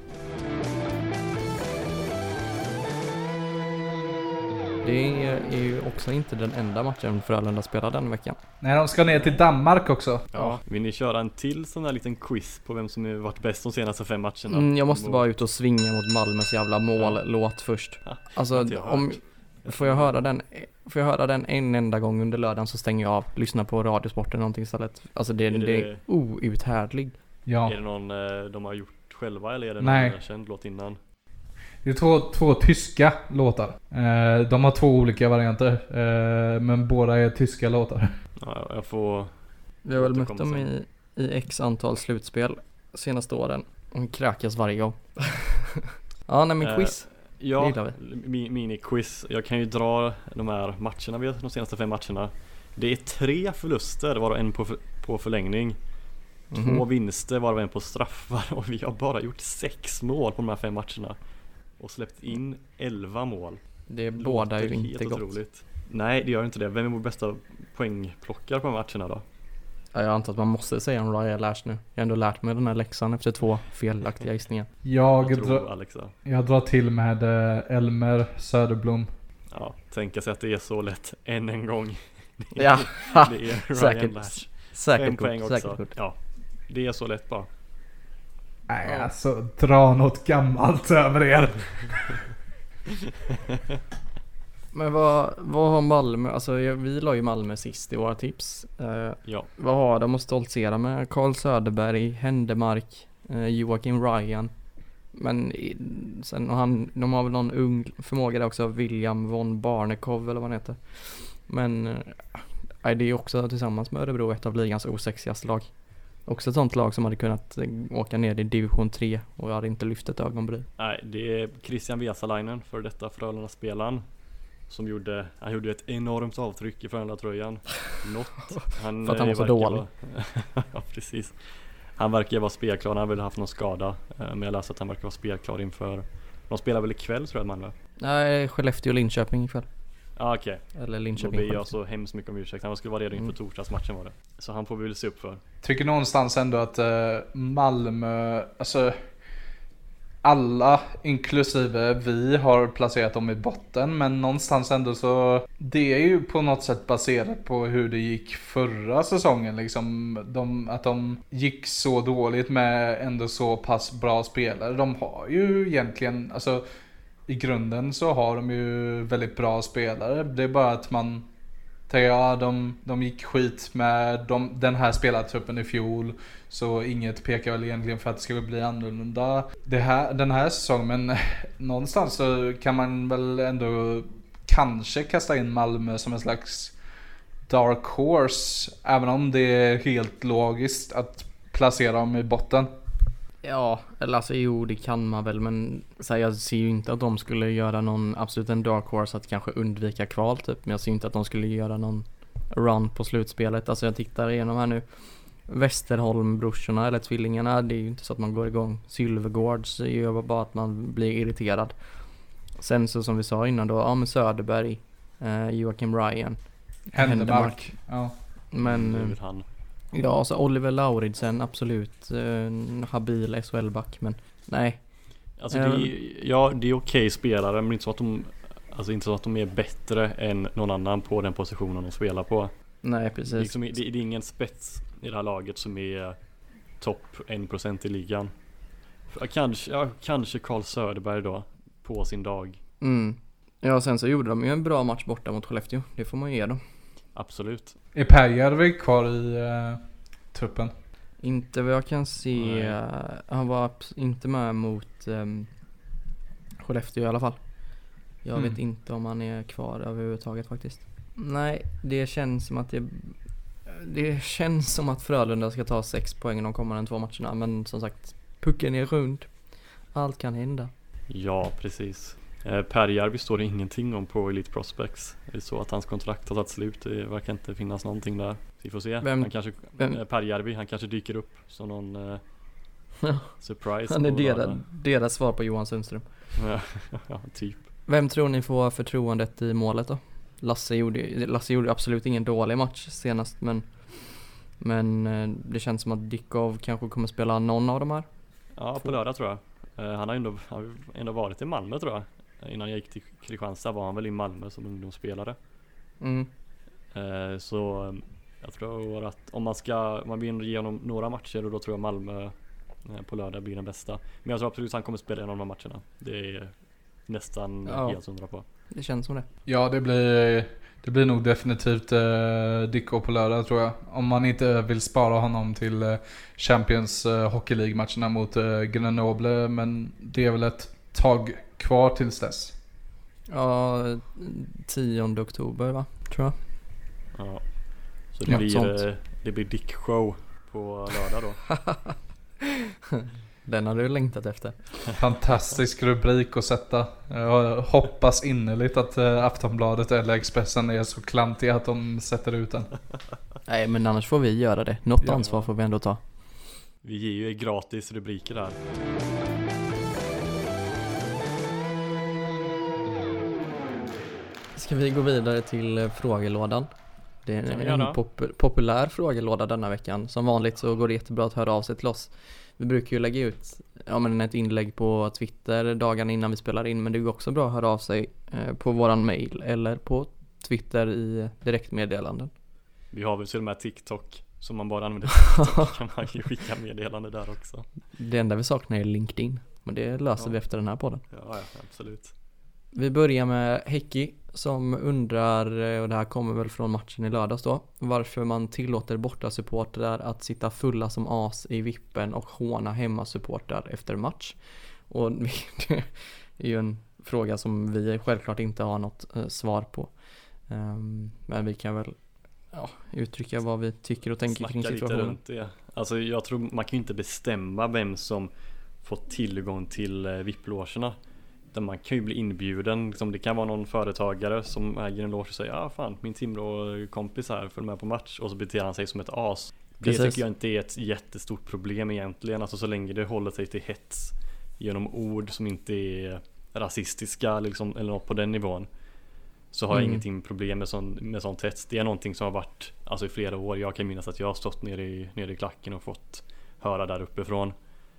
Det är ju också inte den enda matchen Frölunda spelar den veckan. Nej, de ska ner till Danmark också. Ja, vill ni köra en till sån här liten quiz på vem som har varit bäst de senaste fem matcherna? Mm, jag måste bara ut och svinga mot Malmös jävla mållåt först. Alltså, inte jag hört. om får jag höra den får jag höra den en enda gång under lördagen så stänger jag av. Lyssna på Radiosporten eller någonting istället. Alltså det, Är det- det är outhärdlig. Ja. Är det någon eh, de har gjort själva eller är det Nej. någon känd låt innan? Det är två, två tyska låtar. Eh, de har två olika varianter. Eh, men båda är tyska låtar. Ja, jag får... Vi har väl mött återkomma dem i, i x antal slutspel senaste åren. Och kräkas varje gång. Ja, nej men Eh, quiz. Det Ja, gillar mi- mini-quiz. Jag kan ju dra de här matcherna vi har de senaste fem matcherna. Det är tre förluster, varav en på, för, på förlängning. Två Mhm. vinster, varav en på straffar. Och vi har bara gjort sex mål på de här fem matcherna. Och släppt in elva mål. Det bådar ju Låter inte helt gott. otroligt. Nej, det gör inte det. Vem är vår bästa poängplockare på de här matcherna då? Ja, jag antar att man måste säga en Ryan Lash nu. Jag har ändå lärt mig den här läxan efter två felaktiga gissningar. Jag, Jag tror dra, Alexa. jag drar till med eh, Elmer Söderblom. Ja, tänka sig att det är så lätt än en gång. Det är- Ja, det är Ryan säkert. Lash. Fem Säkert poäng kort, också. säkert kort. Ja, det är så lätt bara. Nej, Ja. alltså dra något gammalt över er. Men vad, vad har Malmö, alltså jag- vi la ju Malmö sist i våra tips. Eh, Ja, vad har de att stoltsera med? Carl Söderberg, Händemark, eh, Joakim Ryan. Men i, sen, och han, de har väl någon ung förmåga där också, William von Barnekow eller vad han heter. Men eh, det är också tillsammans med Örebro ett av ligans osexigaste lag. Också ett sånt lag som hade kunnat eh, åka ner i division tre och hade inte lyft ett ögonbryn. nej, det är Christian Vesalainen, för detta Frölunda-spelaren. Som gjorde, han gjorde ett enormt avtryck i Frölunda-tröjan. Något. Han, För att han var eh, så verkar dålig. vara- ja, precis. Han verkar vara spelklar, han har väl haft någon skada. eh, Men jag läste att han verkar vara spelklar inför... De spelar väl ikväll tror jag, Malmö? Nej, Skellefteå och Linköping ikväll. Ja, ah, okej. Eller Då Linköping. ber jag Skellefteå. så hemskt mycket om ursäkt. Han skulle vara redo inför Mm. torsdagsmatchen var det. Så han får vi väl se upp för. Tycker någonstans ändå att eh, Malmö, alltså alla inklusive vi har placerat dem i botten, men någonstans ändå så det är ju på något sätt baserat på hur det gick förra säsongen liksom, de, att de gick så dåligt med ändå så pass bra spelare. De har ju egentligen, alltså i grunden så har de ju väldigt bra spelare. Det är bara att man tänker, ja, de, de gick skit med de, den här spelartruppen i fjol. Så inget pekar väl egentligen för att det ska bli annorlunda det här, den här säsongen. Men någonstans så kan man väl ändå kanske kasta in Malmö som en slags dark horse. Även om det är helt logiskt att placera dem i botten. Ja, eller alltså jo det kan man väl, men så här, jag ser ju inte att de skulle göra någon absolut en dark horse att kanske undvika kval typ, men jag ser inte att de skulle göra någon run på slutspelet. Alltså jag tittar igenom här nu, Westerholm-brorsorna eller tvillingarna, det är ju inte så att man går igång. Sylvegårds gör bara att man blir irriterad. Sen så som vi sa innan då, ja men Söderberg, eh, Joakim Ryan, Händemark. Ja. men Nu eh, är han. ja, så Oliver Lauridsen, absolut eh, en habil S H L-back, men nej. Alltså det är, ja, det är okej spelare, men inte så att de Alltså inte så att de är bättre än någon annan på den positionen de spelar på. Nej, precis. Liksom, det, det är ingen spets i det här laget som är topp en procent i ligan. För, kanske, ja, kanske Carl Söderberg då, på sin dag. Mm. Ja, sen så gjorde de ju en bra match borta mot Skellefteå. Det får man ge dem. Absolut. Är Pääjärvi kvar i uh, truppen? Inte vad jag kan se. Nej. Han var inte med mot um, Skellefteå i alla fall. Jag Mm. vet inte om han är kvar överhuvudtaget faktiskt. Nej, det känns som att det Det känns som att Frölunda ska ta sex poäng de kommande två matcherna. Men som sagt, pucken är rund. Allt kan hända. Ja, precis. Eh, Pääjärvi står det ingenting om på Elite Prospects. Det är så att hans kontrakt har tagit slut. Det verkar inte finnas någonting där. vi får se. Vem- han kanske, vem- eh, Per Järvi, han kanske dyker upp som någon eh, Ja. surprise. Han är på deras, lördag. deras svar på Johan Sundström. Ja, ja, typ. Vem tror ni får förtroendet i målet då? Lasse gjorde, Lasse gjorde absolut ingen dålig match senast, men men eh, det känns som att Dickov kanske kommer spela någon av de här. Ja, på lördag tror jag. Eh, han har ändå, han har ändå varit i Malmö tror jag. Innan jag gick till Kristianstad var han väl i Malmö som ungdomsspelare. Mm. Eh, så eh, jag tror att om man ska, om man vinner igenom några matcher, och då tror jag Malmö eh, på lördag blir den bästa. Men jag tror absolut att han kommer spela igenom de här matcherna. Det är nästan Ja. helt hundra på. Det känns som det. Ja, det blir, det blir nog definitivt eh, Dicko på lördag tror jag. Om man inte vill spara honom till eh, Champions eh, Hockey League-matcherna mot eh, Grenoble. Men det är väl ett tag kvar tills dess. Ja, tionde oktober va, tror jag. Ja. Så det Något blir, sånt. eh, det blir Dick Show på lördag då. Den har du längtat efter. Fantastisk rubrik att sätta. Jag hoppas innerligt att eh, Aftonbladet eller Expressen är så klantiga att de sätter ut den. Nej, men annars får vi göra det. Något Ja. ansvar får vi ändå ta. Vi ger ju gratis rubriker där. Ska vi gå vidare till eh, frågelådan? Det är Kan vi en göra. pop- populär frågelåda denna veckan. Som vanligt så går det jättebra att höra av sig till oss. Vi brukar ju lägga ut ja, men ett inlägg på Twitter dagarna innan vi spelar in. Men det går också bra att höra av sig eh, på våran mail eller på Twitter i direktmeddelanden. Vi har väl till och med TikTok, som man bara använder TikTok. Kan man ju skicka meddelande där också. Det enda vi saknar är LinkedIn. Men det löser Ja. vi efter den här podden. Ja, ja, absolut. Vi börjar med Häcki som undrar, och det här kommer väl från matchen i lördags då, varför man tillåter borta supportrar att sitta fulla som as i vippen och håna hemmasupportrar efter match. Och det är ju en fråga som vi självklart inte har något eh, svar på. Um, men vi kan väl ja, uttrycka vad vi tycker och tänker kring Snacka lite situationen. runt det. Alltså jag tror man kan ju inte bestämma vem som får tillgång till eh, V I P-logerna. Utan man kan ju bli inbjuden. Liksom, det kan vara någon företagare som äger en loge och säger ja ah, fan, min Timrå-kompis här följer med på match, och så beter han sig som ett as. Det Precis. tycker jag inte är ett jättestort problem egentligen. Alltså så länge det håller sig till hets genom ord som inte är rasistiska liksom, eller något på den nivån, så har jag Mm. ingenting problem med, sån, med sånt hets. Det är någonting som har varit alltså, i flera år. Jag kan minnas att jag har stått nere i, nere i klacken och fått höra där uppifrån.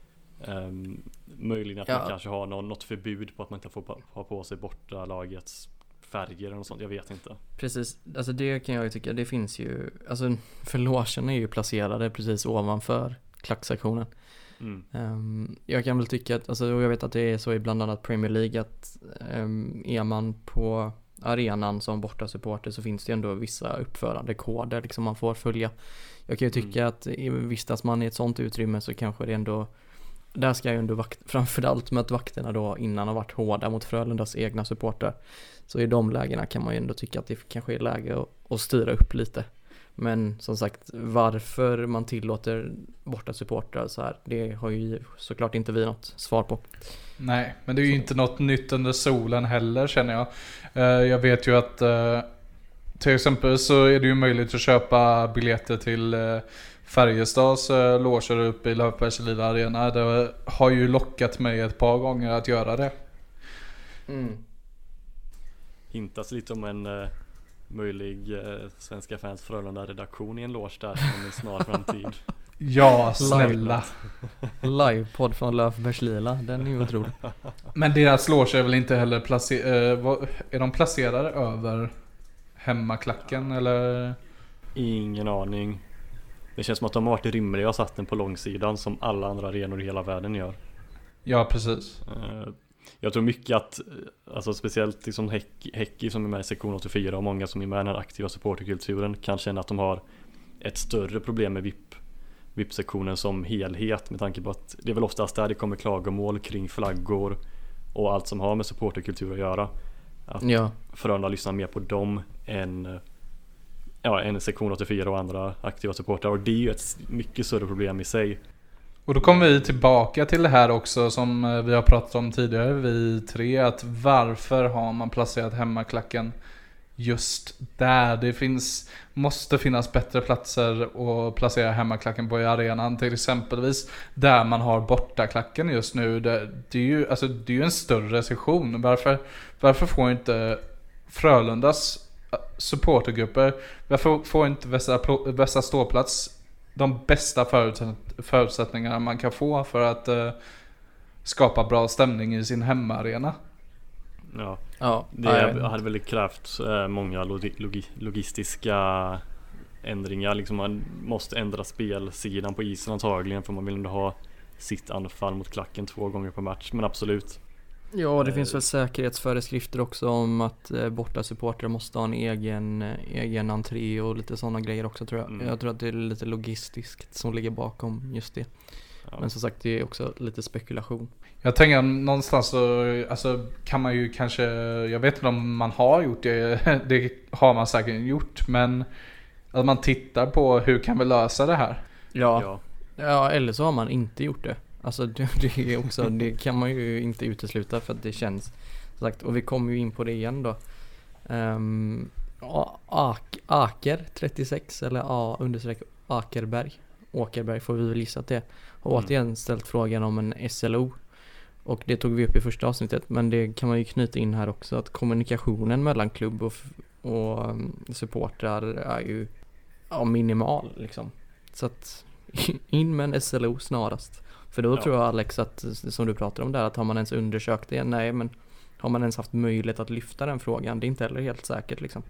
Um, möjligen att Ja. man kanske har någon, något förbud på att man inte får pa- ha på sig borta lagets färger eller något sånt. Jag vet inte. Precis, alltså det kan jag ju tycka, det finns ju, alltså för logerna är ju placerade precis ovanför klacksektionen. Mm. Um, jag kan väl tycka att, alltså, och jag vet att det är så i bland annat Premier League att um, är man på arenan som borta supporter så finns det ändå vissa uppförandekoder liksom man får följa. Jag kan ju tycka att i- vistas man i ett sånt utrymme så kanske det ändå, där ska ju ändå vakt, framförallt med att vakterna då innan har varit hårda mot Frölundas egna supporter. Så i de lägena kan man ju ändå tycka att det kanske är läge att, att styra upp lite. Men som sagt, varför man tillåter borta supportrar så här, det har ju såklart inte vi något svar på. Nej, men det är ju inte något nytt under solen heller känner jag. Eh, Jag vet ju att eh, till exempel så är det ju möjligt att köpa biljetter till eh, Färjestads eh, loger uppe i Löfbergs Lila Arena. Det har ju lockat mig ett par gånger att göra det. Mm. Hintas lite om en eh, möjlig eh, Svenska fans Frölunda-redaktion i en loge där inom en snar framtid. Ja, snälla. Livepodd från Löfbergs Lila, den är ju otrolig. Men deras loge är väl inte heller placerade... Är de placerade över hemmaklacken eller? Ingen aning. Det känns som att de har varit rimliga och satt den på långsidan som alla andra arenor i hela världen gör. Ja, precis. Eh, Jag tror mycket att, eh, alltså speciellt liksom Häck- Häcki som är med i sektion åttiofyra och många som är med i den här aktiva supporterkulturen kan känna att de har ett större problem med V I P V I P-sektionen som helhet, med tanke på att det är väl oftast där det kommer klagomål kring flaggor och allt som har med supporterkultur att göra. Att Ja, Frölunda lyssnar mer på dem än, eh, ja, än sektion åttiofyra och andra aktiva supportrar, och det är ju ett mycket större problem i sig. Och då kommer vi tillbaka till det här också som eh, vi har pratat om tidigare, vi tre, att varför har man placerat hemmaklacken just där. Det finns, måste finnas bättre platser att placera hemmaklacken på i arenan. Till exempelvis där man har bortaklacken just nu. Det, det, är, ju, alltså, det är ju en större sektion. Varför, varför får inte Frölundas supportergrupper, varför får inte Västra, Västra ståplats de bästa förutsätt, förutsättningarna man kan få för att uh, skapa bra stämning i sin hemmaarena? Ja, Ja, det nej. hade väl krävt eh, många logi- logi- logistiska ändringar. Liksom man måste ändra spelsidan på isen antagligen, för man vill ändå ha sitt anfall mot klacken två gånger per match. Men absolut. Ja, det finns väl säkerhetsföreskrifter också om att eh, borta supportrar måste ha en egen, eh, egen entré och lite sådana grejer också, tror jag. Mm. Jag tror att det är lite logistiskt som ligger bakom just det. Ja. Men som sagt, det är också lite spekulation. Jag tänker någonstans så alltså, kan man ju kanske, jag vet inte om man har gjort det, det har man säkert gjort, men att man tittar på hur kan vi lösa det här? Ja, Ja. ja eller så har man inte gjort det. Alltså det, det, är också, det kan man ju inte utesluta, för att det känns som sagt, och vi kommer ju in på det igen då. Um, Ak, Aker trettiosex eller A understreck Akerberg Åkerberg får vi väl gissa att det har Mm. återigen ställt frågan om en S L O, och det tog vi upp i första avsnittet, men det kan man ju knyta in här också, att kommunikationen mellan klubb och, och um, supportrar är ju ja, minimal liksom. Så att in med en S L O snarast. För då Ja. tror jag, Alex, att som du pratar om där, att har man ens undersökt det? Nej, men har man ens haft möjlighet att lyfta den frågan? Det är inte heller helt säkert liksom.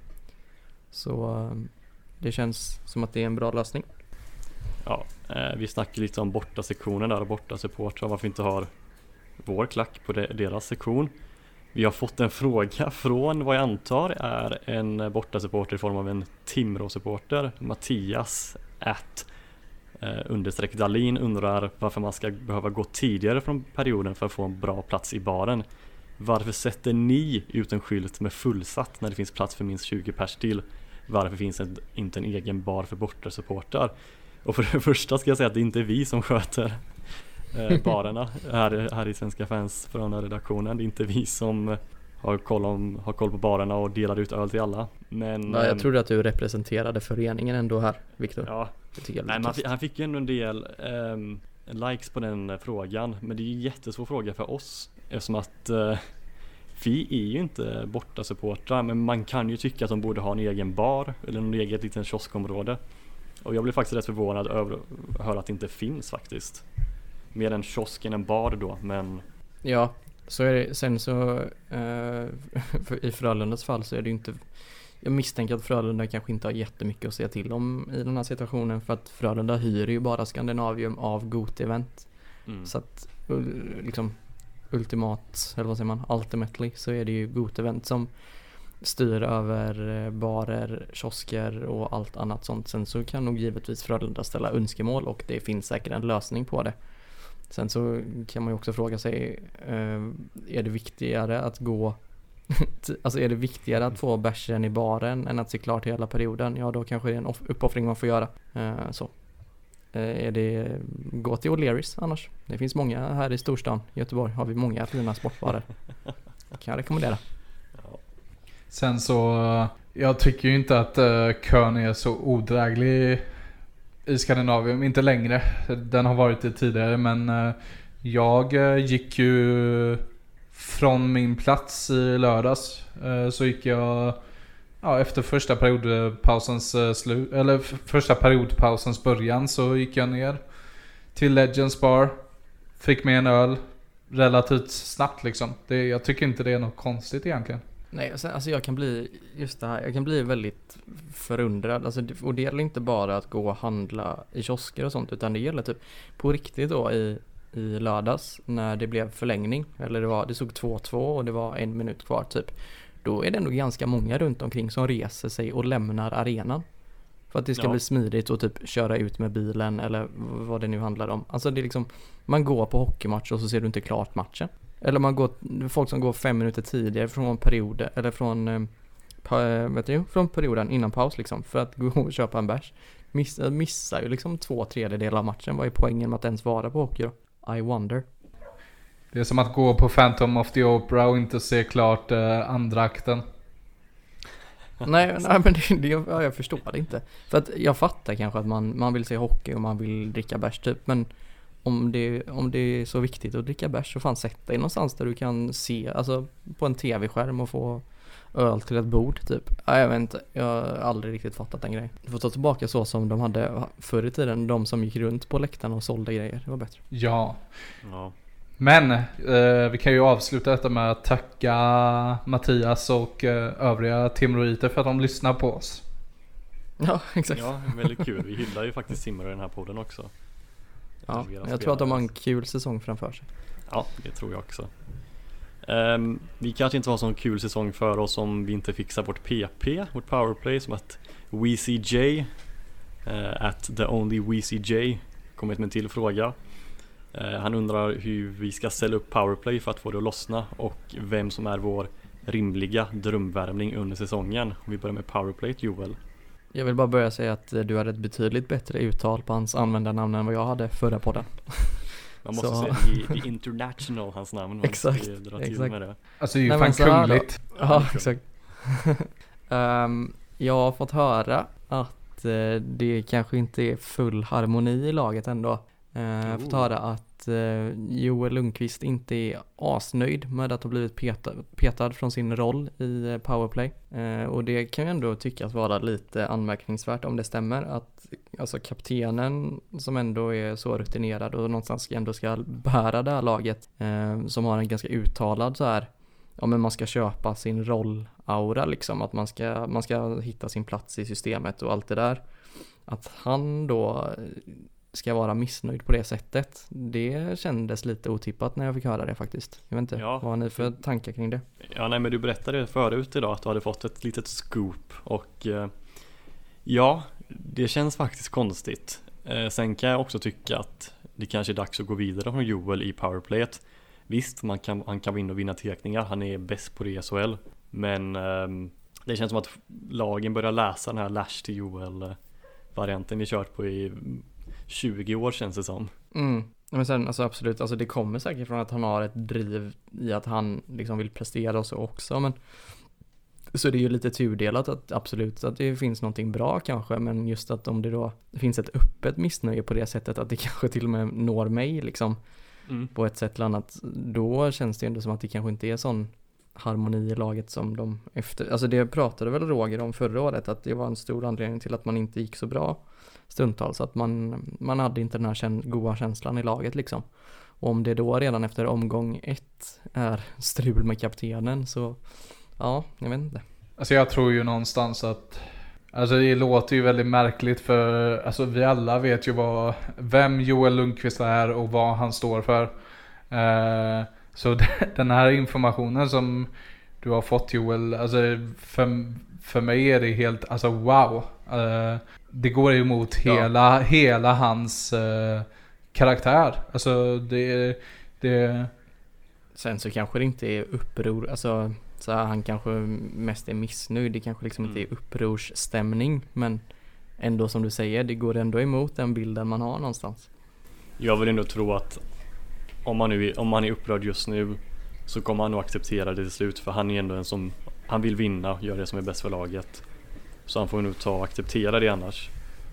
Så um, det känns som att det är en bra lösning. Ja, eh, vi snackade lite om borta sektionen där och borta supportrar, varför vi inte har vår klack på de, deras sektion. Vi har fått en fråga från vad jag antar är en borta supporter i form av en Timrå-supporter, Mattias at eh, understreck Dalin, undrar varför man ska behöva gå tidigare från perioden för att få en bra plats i baren. Varför sätter ni ut en skylt med fullsatt när det finns plats för minst tjugo pers till? Varför finns det inte en egen bar för borta supportrar? Och för det första ska jag säga att det inte är vi som sköter eh, barerna här, här i Svenska Fans från den redaktionen. Det är inte vi som har koll, om, har koll på barerna och delar ut öl till alla. Men, Ja, jag ehm, trodde att du representerade föreningen ändå här, Viktor. ja, Det tycker jag är nej, lite man, kast. han fick ju ändå en del ehm, likes på den eh, frågan. Men det är ju en jättesvår fråga för oss, eftersom att eh, vi är ju inte borta supportrar, men man kan ju tycka att de borde ha en egen bar eller en eget litet kioskområde. Och jag blev faktiskt rätt förvånad över att höra att det inte finns faktiskt. Mer än kiosken än bar då, men Ja, så är det. Sen så eh, för i Frölundas fall så är det ju inte, jag misstänker att Frölunda kanske inte har jättemycket att säga till om i den här situationen, för att Frölunda hyr ju bara Skandinavium av Got Event. mm. Så att ul- liksom ultimat, eller vad säger man, ultimately så är det ju Got Event som styr över eh, barer, kiosker och allt annat sånt. Sen så kan nog givetvis Frölunda ställa önskemål, och det finns säkert en lösning på det. Sen så kan man ju också fråga sig, eh, är det viktigare att gå alltså är det viktigare att få bärsen i baren än att se klart hela perioden? Ja, då kanske det är en off- uppoffring man får göra. Eh, så. Eh, är det gå till O'Learys annars? Det finns många här i storstan. I Göteborg har vi många fina sportbarer. Kan jag rekommendera. Sen så, jag tycker ju inte att uh, kön är så odräglig i Skandinavien, inte längre. Den har varit det tidigare, men uh, jag uh, gick ju från min plats i lördags, uh, så gick jag ja, efter första periodpausens uh, slut, eller f- första periodpausens början, så gick jag ner till Legends Bar, fick med en öl relativt snabbt liksom. Det, jag tycker inte det är något konstigt egentligen. Nej, alltså, alltså jag kan bli just det här, jag kan bli väldigt förundrad, alltså, det- och det gäller inte bara att gå och handla i kiosker och sånt, utan det gäller typ på riktigt då i, i lördags när det blev förlängning, eller det var, det såg två två och det var en minut kvar typ. Då är det ändå ganska många runt omkring som reser sig och lämnar arenan för att det ska Ja. bli smidigt och typ köra ut med bilen eller v- vad det nu handlar om. Alltså det är liksom, man går på hockeymatch och så ser du inte klart matchen. Eller man går, folk som går fem minuter tidigare från perioden, eller från, eh, pa, eh, vet du, från perioden innan paus liksom, för att gå och köpa en bärs. Miss, missar ju liksom två tredjedelar av matchen. Vad är poängen med att ens vara på hockey då? I wonder. Det är som att gå på Phantom of the Opera och inte se klart eh, andra akten. nej, nej, men det, det, ja, jag förstår det inte. För att jag fattar kanske att man, man vill se hockey och man vill dricka bärs typ. Men om det, om det är så viktigt att dricka bärs så fan sätt dig någonstans där du kan se, alltså på en tv-skärm och få öl till ett bord typ. Ja, jag vet inte, jag har aldrig riktigt fattat den grejen. Du får ta tillbaka så som de hade förr i tiden, de som gick runt på läktarna och sålde grejer, det var bättre. Ja. Ja. Men eh, vi kan ju avsluta detta med att tacka Mattias och eh, övriga timroiter för att de lyssnar på oss. Ja, exakt. Ja, väldigt kul. Vi hyllar ju faktiskt simmare i den här podden också. Ja, jag tror att de har en kul säsong framför sig. Ja, det tror jag också. Um, vi kanske inte har en sån kul säsong för oss om vi inte fixar vårt P P, vårt powerplay, som att W C J uh, at the only W C J kommit med en till fråga. Uh, han undrar hur vi ska ställa upp powerplay för att få det att lossna och vem som är vår rimliga drömvärmning under säsongen. Om vi börjar med powerplay, Joel. Jag vill bara börja säga att du hade ett betydligt bättre uttal på hans användarnamn än vad jag hade förra podden. Man måste Så. säga the, the international, hans namn. Man Exakt, måste dra exakt. med det. Alltså det är ju Nej, fan men så här då. kungligt. Ja, exakt. um, jag har fått höra att uh, det kanske inte är full harmoni i laget ändå. Uh, jag har fått Oh. höra att uh, Joel Lundqvist inte är asnöjd med att ha blivit petad, petad från sin roll i uh, powerplay. Uh, och det kan ju ändå tyckas vara lite anmärkningsvärt om det stämmer. Att alltså kaptenen som ändå är så rutinerad och någonstans ändå ska bära det här laget. Uh, som har en ganska uttalad så här. Ja, men man ska köpa sin roll-aura liksom. Att man ska, man ska hitta sin plats i systemet och allt det där. Att han då ska vara missnöjd på det sättet. Det kändes lite otippat när jag fick höra det faktiskt. Jag vet inte, Ja. vad har ni för tankar kring det? Ja, nej, men du berättade förut idag att du hade fått ett litet scoop och eh, ja, det känns faktiskt konstigt. Eh, sen kan jag också tycka att det kanske är dags att gå vidare från Joel i powerplayet. Visst, man kan, han kan vinna och vinna tekningar, han är bäst på det i S H L. Men eh, det känns som att lagen börjar läsa den här Lash till Joel-varianten vi kört på i tjugo år känns det som. Mm. Men sen alltså absolut, alltså det kommer säkert från att han har ett driv i att han liksom vill prestera och så också, men så det är ju lite tudelat att absolut att det finns någonting bra kanske, men just att om det då det finns ett öppet missnöje på det sättet att det kanske till och med når mig liksom Mm. på ett sätt eller annat, då känns det ändå som att det kanske inte är sån harmoni i laget som de efter, alltså det pratade väl Roger om förra året, att det var en stor anledning till att man inte gick så bra stundtals, att man, man hade inte den här kän- goda känslan i laget liksom. Och om det då redan efter omgång ett är strul med kaptenen, så ja, jag vet inte. Alltså jag tror ju någonstans att, alltså det låter ju väldigt märkligt för, alltså vi alla vet ju vad, vem Joel Lundqvist är och vad han står för. Eh, så den här informationen som du har fått Joel, alltså för, för mig är det helt, alltså wow. Eh, det går emot hela, ja. hela hans eh, karaktär. Alltså det, det... Sen så kanske det inte är uppror, alltså så här, han kanske mest är missnöjd, det kanske liksom Mm. inte är upprorsstämning, men ändå som du säger, det går ändå emot den bilden man har någonstans. Jag vill ändå tro att om man, nu är, om man är upprörd just nu så kommer han nog acceptera det till slut, för han är ändå en som, han vill vinna och göra det som är bäst för laget. Så han får nog ta och acceptera det annars.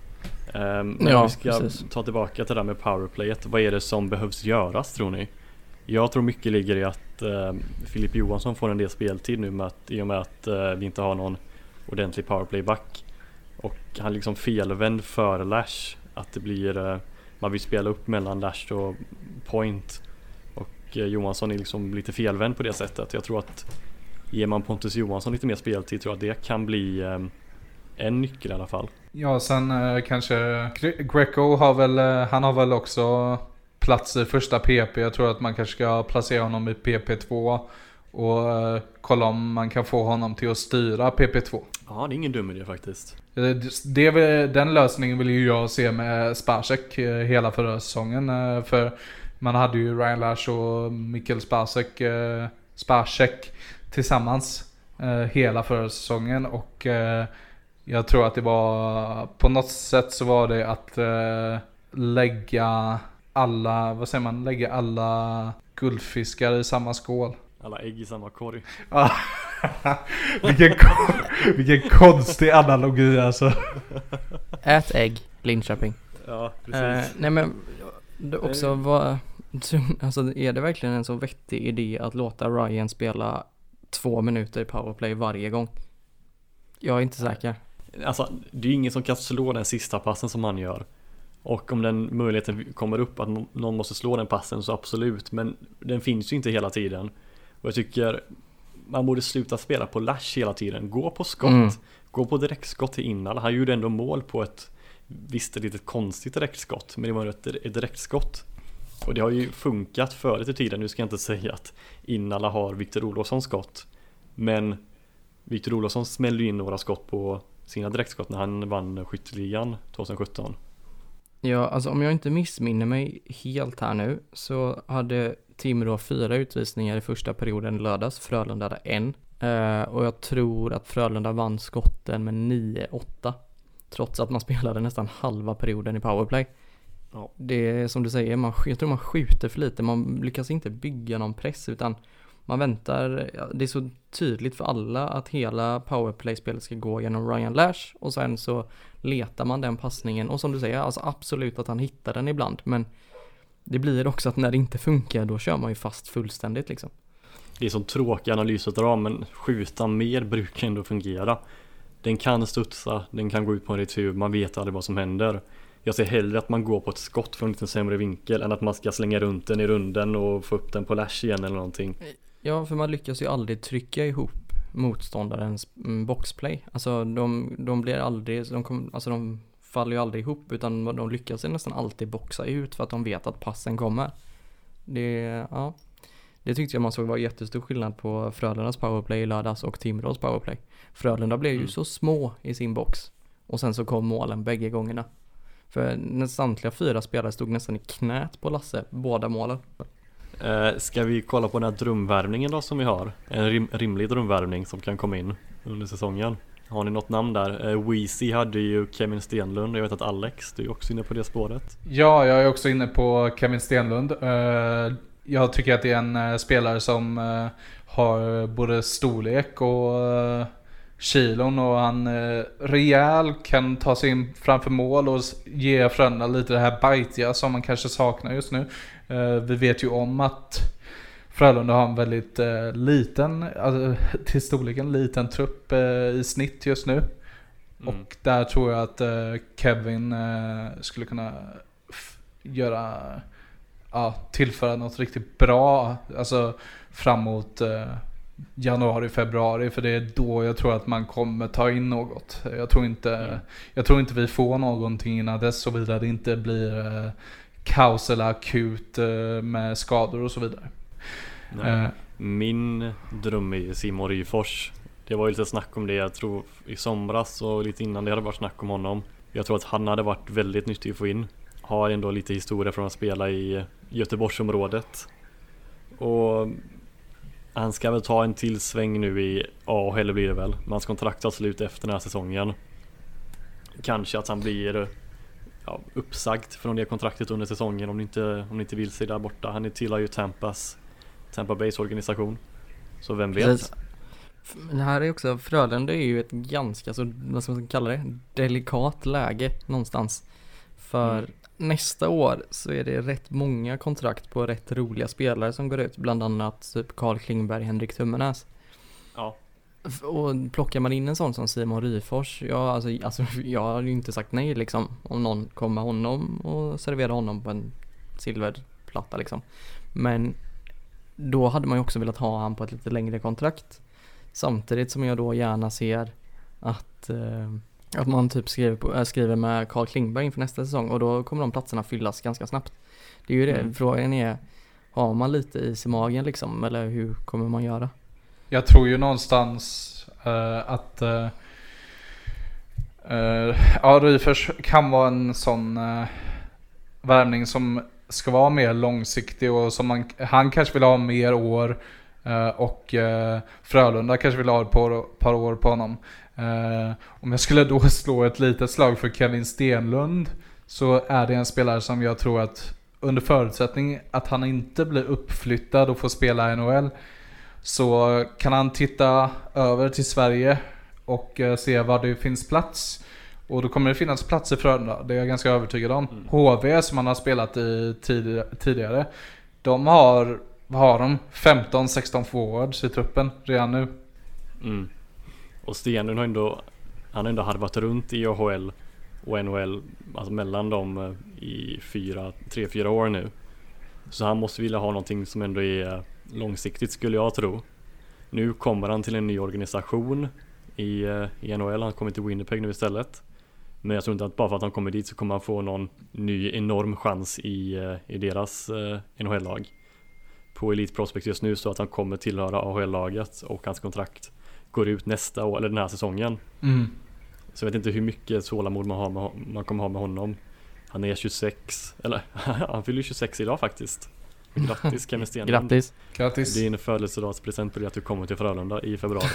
Um, men Ja, vi ska precis. ta tillbaka till det där med powerplayet. Vad är det som behövs göras, tror ni? Jag tror mycket ligger i att uh, Filip Johansson får en del speltid nu med att, i och med att uh, vi inte har någon ordentlig powerplayback. Och han liksom felvänd för Lash. Att det blir, uh, man vill spela upp mellan Lash och Point. Och uh, Johansson är liksom lite felvänd på det sättet. Jag tror att ger man Pontus Johansson lite mer speltid, tror jag att det kan bli um, en nyckel i alla fall. Ja, sen eh, kanske Gre- Greco har väl, eh, han har väl också plats i första P P. Jag tror att man kanske ska placera honom i P P två och eh, kolla om man kan få honom till att styra P P två. Ja, det är ingen dum idé faktiskt. Det, det, det, den lösningen vill ju jag se med Spacek eh, hela förra säsongen. Eh, för man hade ju Ryan Lash och Mikael Spacek, eh, Spacek tillsammans eh, hela förra säsongen. Och eh, jag tror att det var, på något sätt så var det att eh, lägga alla, vad säger man, lägga alla guldfiskar i samma skål. Alla ägg i samma korg. Ja, vilken, ko- vilken konstig analogi alltså. Ät ägg, Linköping. Ja, Eh, precis. nej men det också vad, alltså är det verkligen en så vettig idé att låta Ryan spela två minuter i powerplay varje gång? Jag är inte säker. Alltså, det är ju ingen som kan slå den sista passen som han gör. Och om den möjligheten kommer upp att någon måste slå den passen, så absolut. Men den finns ju inte hela tiden. Och jag tycker man borde sluta spela på lash hela tiden. Gå på skott. Mm. Gå på direktskott till Innal. Han gjorde ändå mål på ett, visst ett litet konstigt direktskott, men det var ett, ett direktskott. Och det har ju funkat förut i tiden. Nu ska jag inte säga att Innala har Victor Olofssons skott. Men Victor Olofsson smällde in några skott på sina direktskott när han vann skytteligan tjugohundrasjutton. Ja, alltså om jag inte missminner mig helt här nu så hade Timrå fyra utvisningar i första perioden lördags. Frölunda hade en. Uh, och jag tror att Frölunda vann skotten med nio åtta. Trots att man spelade nästan halva perioden i powerplay. Ja. Det är som du säger, man, jag tror man skjuter för lite. Man lyckas inte bygga någon press utan man väntar. Ja, det är så tydligt för alla att hela powerplay-spelet ska gå genom Ryan Lash. Och sen så letar man den passningen. Och som du säger, alltså absolut att han hittar den ibland. Men det blir också att när det inte funkar, då kör man ju fast fullständigt liksom. Det är så tråkig analys att dra, men skjuta mer brukar ändå fungera. Den kan studsa, den kan gå ut på en retur, man vet aldrig vad som händer. Jag ser hellre att man går på ett skott från en lite sämre vinkel än att man ska slänga runt den i runden och få upp den på lash igen eller någonting. Ja, för man lyckas ju aldrig trycka ihop motståndarens mm, boxplay. Alltså de, de blir aldrig, de, kom, alltså, de faller ju aldrig ihop utan de lyckas ju nästan alltid boxa ut för att de vet att passen kommer. Det, ja, det tyckte jag man såg var jättestor skillnad på Frölundas powerplay i lördags och Timrås powerplay. Frölunda blev ju mm. så små i sin box och sen så kom målen bägge gångerna. För när samtliga fyra spelare stod nästan i knät på Lasse, båda målen. Eh, ska vi kolla på den här drömvärvningen då som vi har? En rim, rimlig drömvärvning som kan komma in under säsongen. Har ni något namn där? Eh, Weezy hade ju Kevin Stenlund. Jag vet att Alex, du är också inne på det spåret. Ja, jag är också inne på Kevin Stenlund. Uh, jag tycker att det är en uh, spelare som uh, har både storlek och uh, kilon och han uh, rejäl kan ta sig in framför mål och ge Frölunda lite det här bajtiga som man kanske saknar just nu. Uh, vi vet ju om att Frölunda har en väldigt uh, liten, alltså, till storleken liten trupp uh, i snitt just nu. Mm. Och där tror jag att uh, Kevin uh, skulle kunna f- göra, uh, tillföra något riktigt bra, alltså framåt uh, januari, februari, för det är då jag tror att man kommer ta in något. Jag tror inte, mm. jag tror inte vi får någonting innan dess, såvida det inte blir uh, kaos eller akut uh, med skador och så vidare. Uh. Min dröm är Simon Ryfors. Det var ju lite snack om det, jag tror i somras och lite innan det hade varit snack om honom. Jag tror att han hade varit väldigt nyttig att få in. Har ändå lite historia från att spela i Göteborgsområdet. Och han ska väl ta en till sväng nu i A H L blir det väl. Men hans kontrakt tar slut efter den här säsongen. Kanske att han blir ja, uppsagt från det kontraktet under säsongen om ni inte, om ni inte vill sig där borta. Han är tillhör ju Tampas Tampa Bays organisation. Så vem vet? Precis. Men här är också, Frölunda är ju ett ganska, så vad ska man kalla det, delikat läge någonstans. För mm. nästa år så är det rätt många kontrakt på rätt roliga spelare som går ut. Bland annat typ Carl Klingberg, Henrik Tummenäs. Ja. Och plockar man in en sån som Simon Ryfors, ja, alltså, alltså, jag har ju inte sagt nej liksom. Om någon kommer honom och serverar honom på en silverplatta liksom. Men då hade man ju också velat ha han på ett lite längre kontrakt. Samtidigt som jag då gärna ser att, eh, att man typ skriver, på, äh, skriver med Carl Klingberg inför nästa säsong. Och då kommer de platserna fyllas ganska snabbt. Det är ju det. Mm. Frågan är, har man lite is i magen liksom? Eller hur kommer man göra? Jag tror ju någonstans uh, att uh, uh, ja, Ryfors kan vara en sån uh, värvning som ska vara mer långsiktig och som man, han kanske vill ha mer år uh, och uh, Frölunda kanske vill ha ett par, par år på honom. Uh, om jag skulle då slå ett litet slag för Kevin Stenlund så är det en spelare som jag tror att under förutsättning att han inte blir uppflyttad och får spela i N H L så kan han titta över till Sverige och eh, se var det finns plats. Och då kommer det finnas plats i Frölunda, det är jag ganska övertygad om. Mm. H V som man har spelat i tid, tidigare, de har, vad har de? femton sexton forwards i truppen redan nu. Mm. Och Stenlund har ändå, han har ändå harvat runt i A H L och N H L, alltså mellan dem i fyra, tre, fyra år nu. Så han måste vilja ha någonting som ändå är långsiktigt, skulle jag tro. Nu kommer han till en ny organisation i, i N H L, han kommer till Winnipeg nu istället. Men jag tror inte att bara för att han kommer dit så kommer han få någon ny enorm chans i, i deras eh, N H L-lag. På Elite Prospect just nu så att han kommer tillhöra A H L-laget och hans kontrakt går ut nästa år, eller den här säsongen. Mm. Så jag vet inte hur mycket tålamod man, har med, man kommer ha med honom. Han är tjugosex, eller han fyller tjugosex idag faktiskt. Grattis Kevin Stenlund. Grattis. Grattis. Din födelsedagspresent blir att du kommer till Frölunda i februari.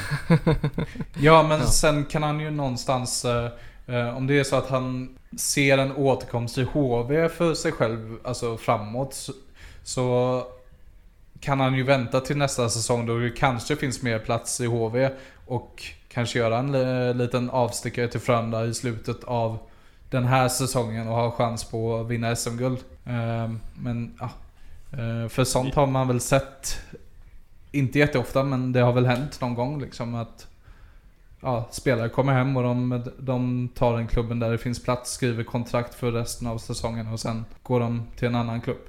Ja, men ja. Sen kan han ju någonstans, eh, om det är så att han ser en återkomst i H V för sig själv, alltså framåt, så, så kan han ju vänta till nästa säsong då det kanske finns mer plats i H V och kanske göra en l- liten avstickare till Frölunda i slutet av den här säsongen och ha chans på att vinna S M-guld. Eh, men ja, eh, för sånt har man väl sett, inte jätteofta, men det har väl hänt någon gång liksom att ja, spelare kommer hem och de, de tar en klubben där det finns plats, skriver kontrakt för resten av säsongen och sen går de till en annan klubb.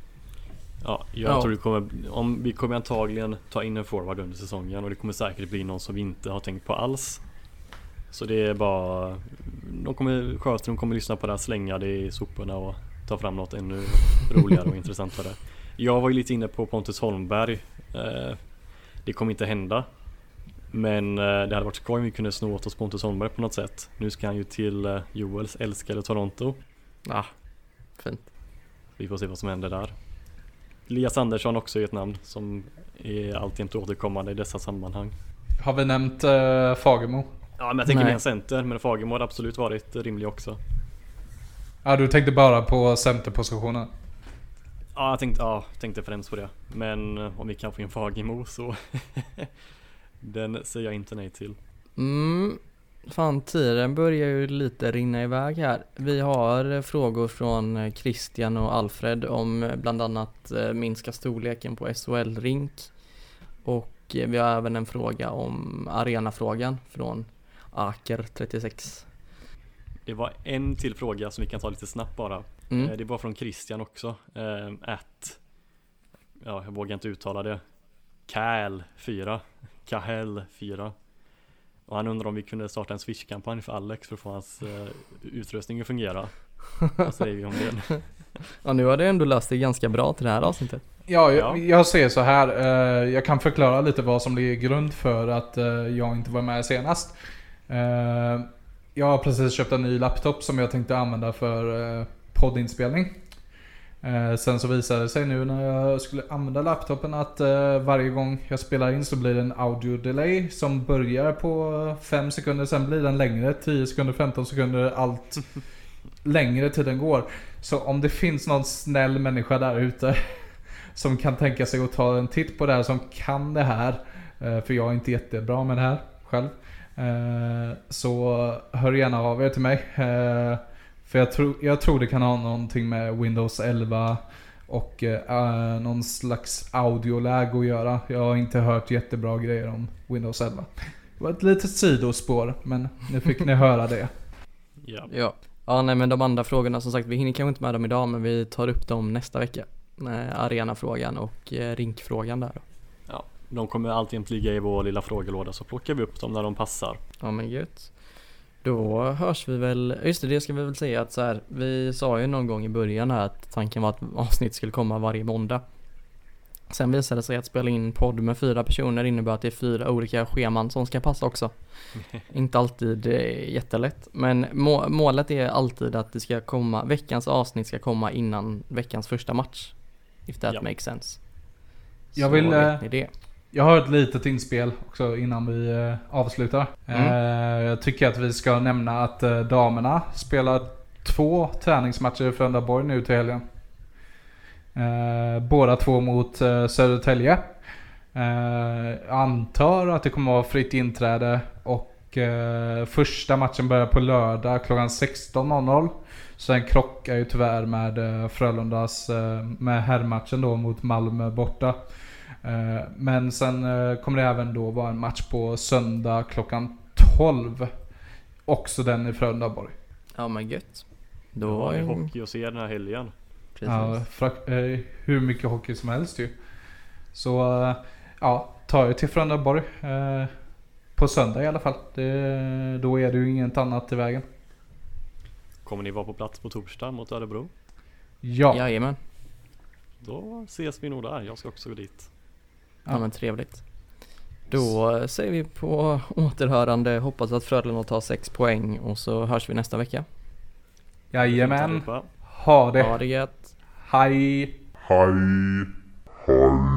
Ja, jag Ja. tror det kommer, om vi kommer antagligen ta in en forward under säsongen och det kommer säkert bli någon som vi inte har tänkt på alls. Så det är bara, de kommer, Sjöström kommer lyssna på det här, slänga det i soporna och ta fram något ännu roligare och intressantare. Jag var ju lite inne på Pontus Holmberg. Eh, det kommer inte hända. Men eh, det hade varit skoj om vi kunde snå åt oss Pontus Holmberg på något sätt. Nu ska han ju till eh, Joels älskade Toronto. Ah, fint. Vi får se vad som händer där. Elias Andersson också är ett namn som är alltid återkommande i dessa sammanhang. Har vi nämnt eh, Fagemo? Ja, men jag tänker Nej. mer center, men Fagemo har absolut varit rimlig också. Ja, du tänkte bara på centerpositionen. Ja, jag tänkte, ja, tänkte främst på det. Men eh, om vi kan få in Fagemo så den säger jag inte nej till. Mm, fan, tiden börjar ju lite rinna iväg här. Vi har frågor från Christian och Alfred om bland annat minska storleken på S H L-rink. Och vi har även en fråga om arenafrågan från Aker trettiosex. Det var en till fråga som vi kan ta lite snabbt bara. Mm. Eh, Det var från Christian också. Eh, att, ja, jag vågar inte uttala det. Kael fyra. Kael fyra. Och han undrar om vi kunde starta en Swish-kampanj för Alex för att få hans eh, utrustning att fungera. Vad säger vi om det? Ja, nu har det ändå löst det ganska bra till det här avsnittet. Ja, Ja. jag, jag ser så här. Eh, jag kan förklara lite vad som ligger grund för att eh, jag inte var med senast. Eh, jag har precis köpt en ny laptop som jag tänkte använda för eh, poddinspelning. Eh, sen så visade det sig nu när jag skulle använda laptopen att eh, varje gång jag spelar in så blir det en audio delay som börjar på fem sekunder, sen blir den längre, tio sekunder, femton sekunder, allt längre tiden går. Så om det finns någon snäll människa där ute som kan tänka sig att ta en titt på det här, som kan det här, eh, för jag är inte jättebra med det här själv, eh, så hör gärna av er till mig. Eh, För jag tror, jag tror det kan ha någonting med Windows elva och uh, någon slags audioläge att göra. Jag har inte hört jättebra grejer om Windows elva. Det var ett litet sidospår, men nu fick ni höra det. Ja. Ja. Ja, nej, men de andra frågorna, som sagt, vi hinner kanske inte med dem idag, men vi tar upp dem nästa vecka. Eh, arenafrågan och eh, rinkfrågan där. Ja, de kommer alltid ligga i vår lilla frågelåda, så plockar vi upp dem när de passar. Ja, men gött. Då hörs vi väl, just det, det ska vi väl säga att så här, vi sa ju någon gång i början här att tanken var att avsnitt skulle komma varje måndag. Sen visade det sig att spela in podd med fyra personer innebär att det är fyra olika scheman som ska passa också. Inte alltid eh, jättelätt, men må- målet är alltid att det ska komma, veckans avsnitt ska komma innan veckans första match. If that Ja. makes sense. Jag Så vill, vet ni det. Jag har ett litet inspel också innan vi eh, avslutar. Mm. Eh, jag tycker att vi ska nämna att eh, damerna spelar två träningsmatcher i Frölundaborg nu till helgen. Eh, båda två mot eh, Södertälje. Jag antar att det kommer vara fritt inträde och eh, första matchen börjar på lördag klockan sexton noll noll. Sen krockar ju tyvärr med eh, Frölundas eh, med herrmatchen då mot Malmö borta. Eh, men sen eh, kommer det även då vara en match på söndag klockan tolv. Också den i Frölundaborg. Ja men gött. Då Då har är vi hockey att se den här helgen. Precis. Ja, fra- eh, hur mycket hockey som helst ju. Så eh, ja, ta er till Frölundaborg eh, på söndag i alla fall. Det, då är det ju inget annat i vägen. Kommer ni vara på plats på torsdag mot Örebro? Ja, Jajamän. Då ses vi nog där. Jag ska också gå dit. Ja men trevligt. Då säger vi på återhörande. Hoppas att Frölunda tar sex poäng och så hörs vi nästa vecka. jajamän. Allihopa. Ha det. Ha det gött. Hej. Hej. Hej.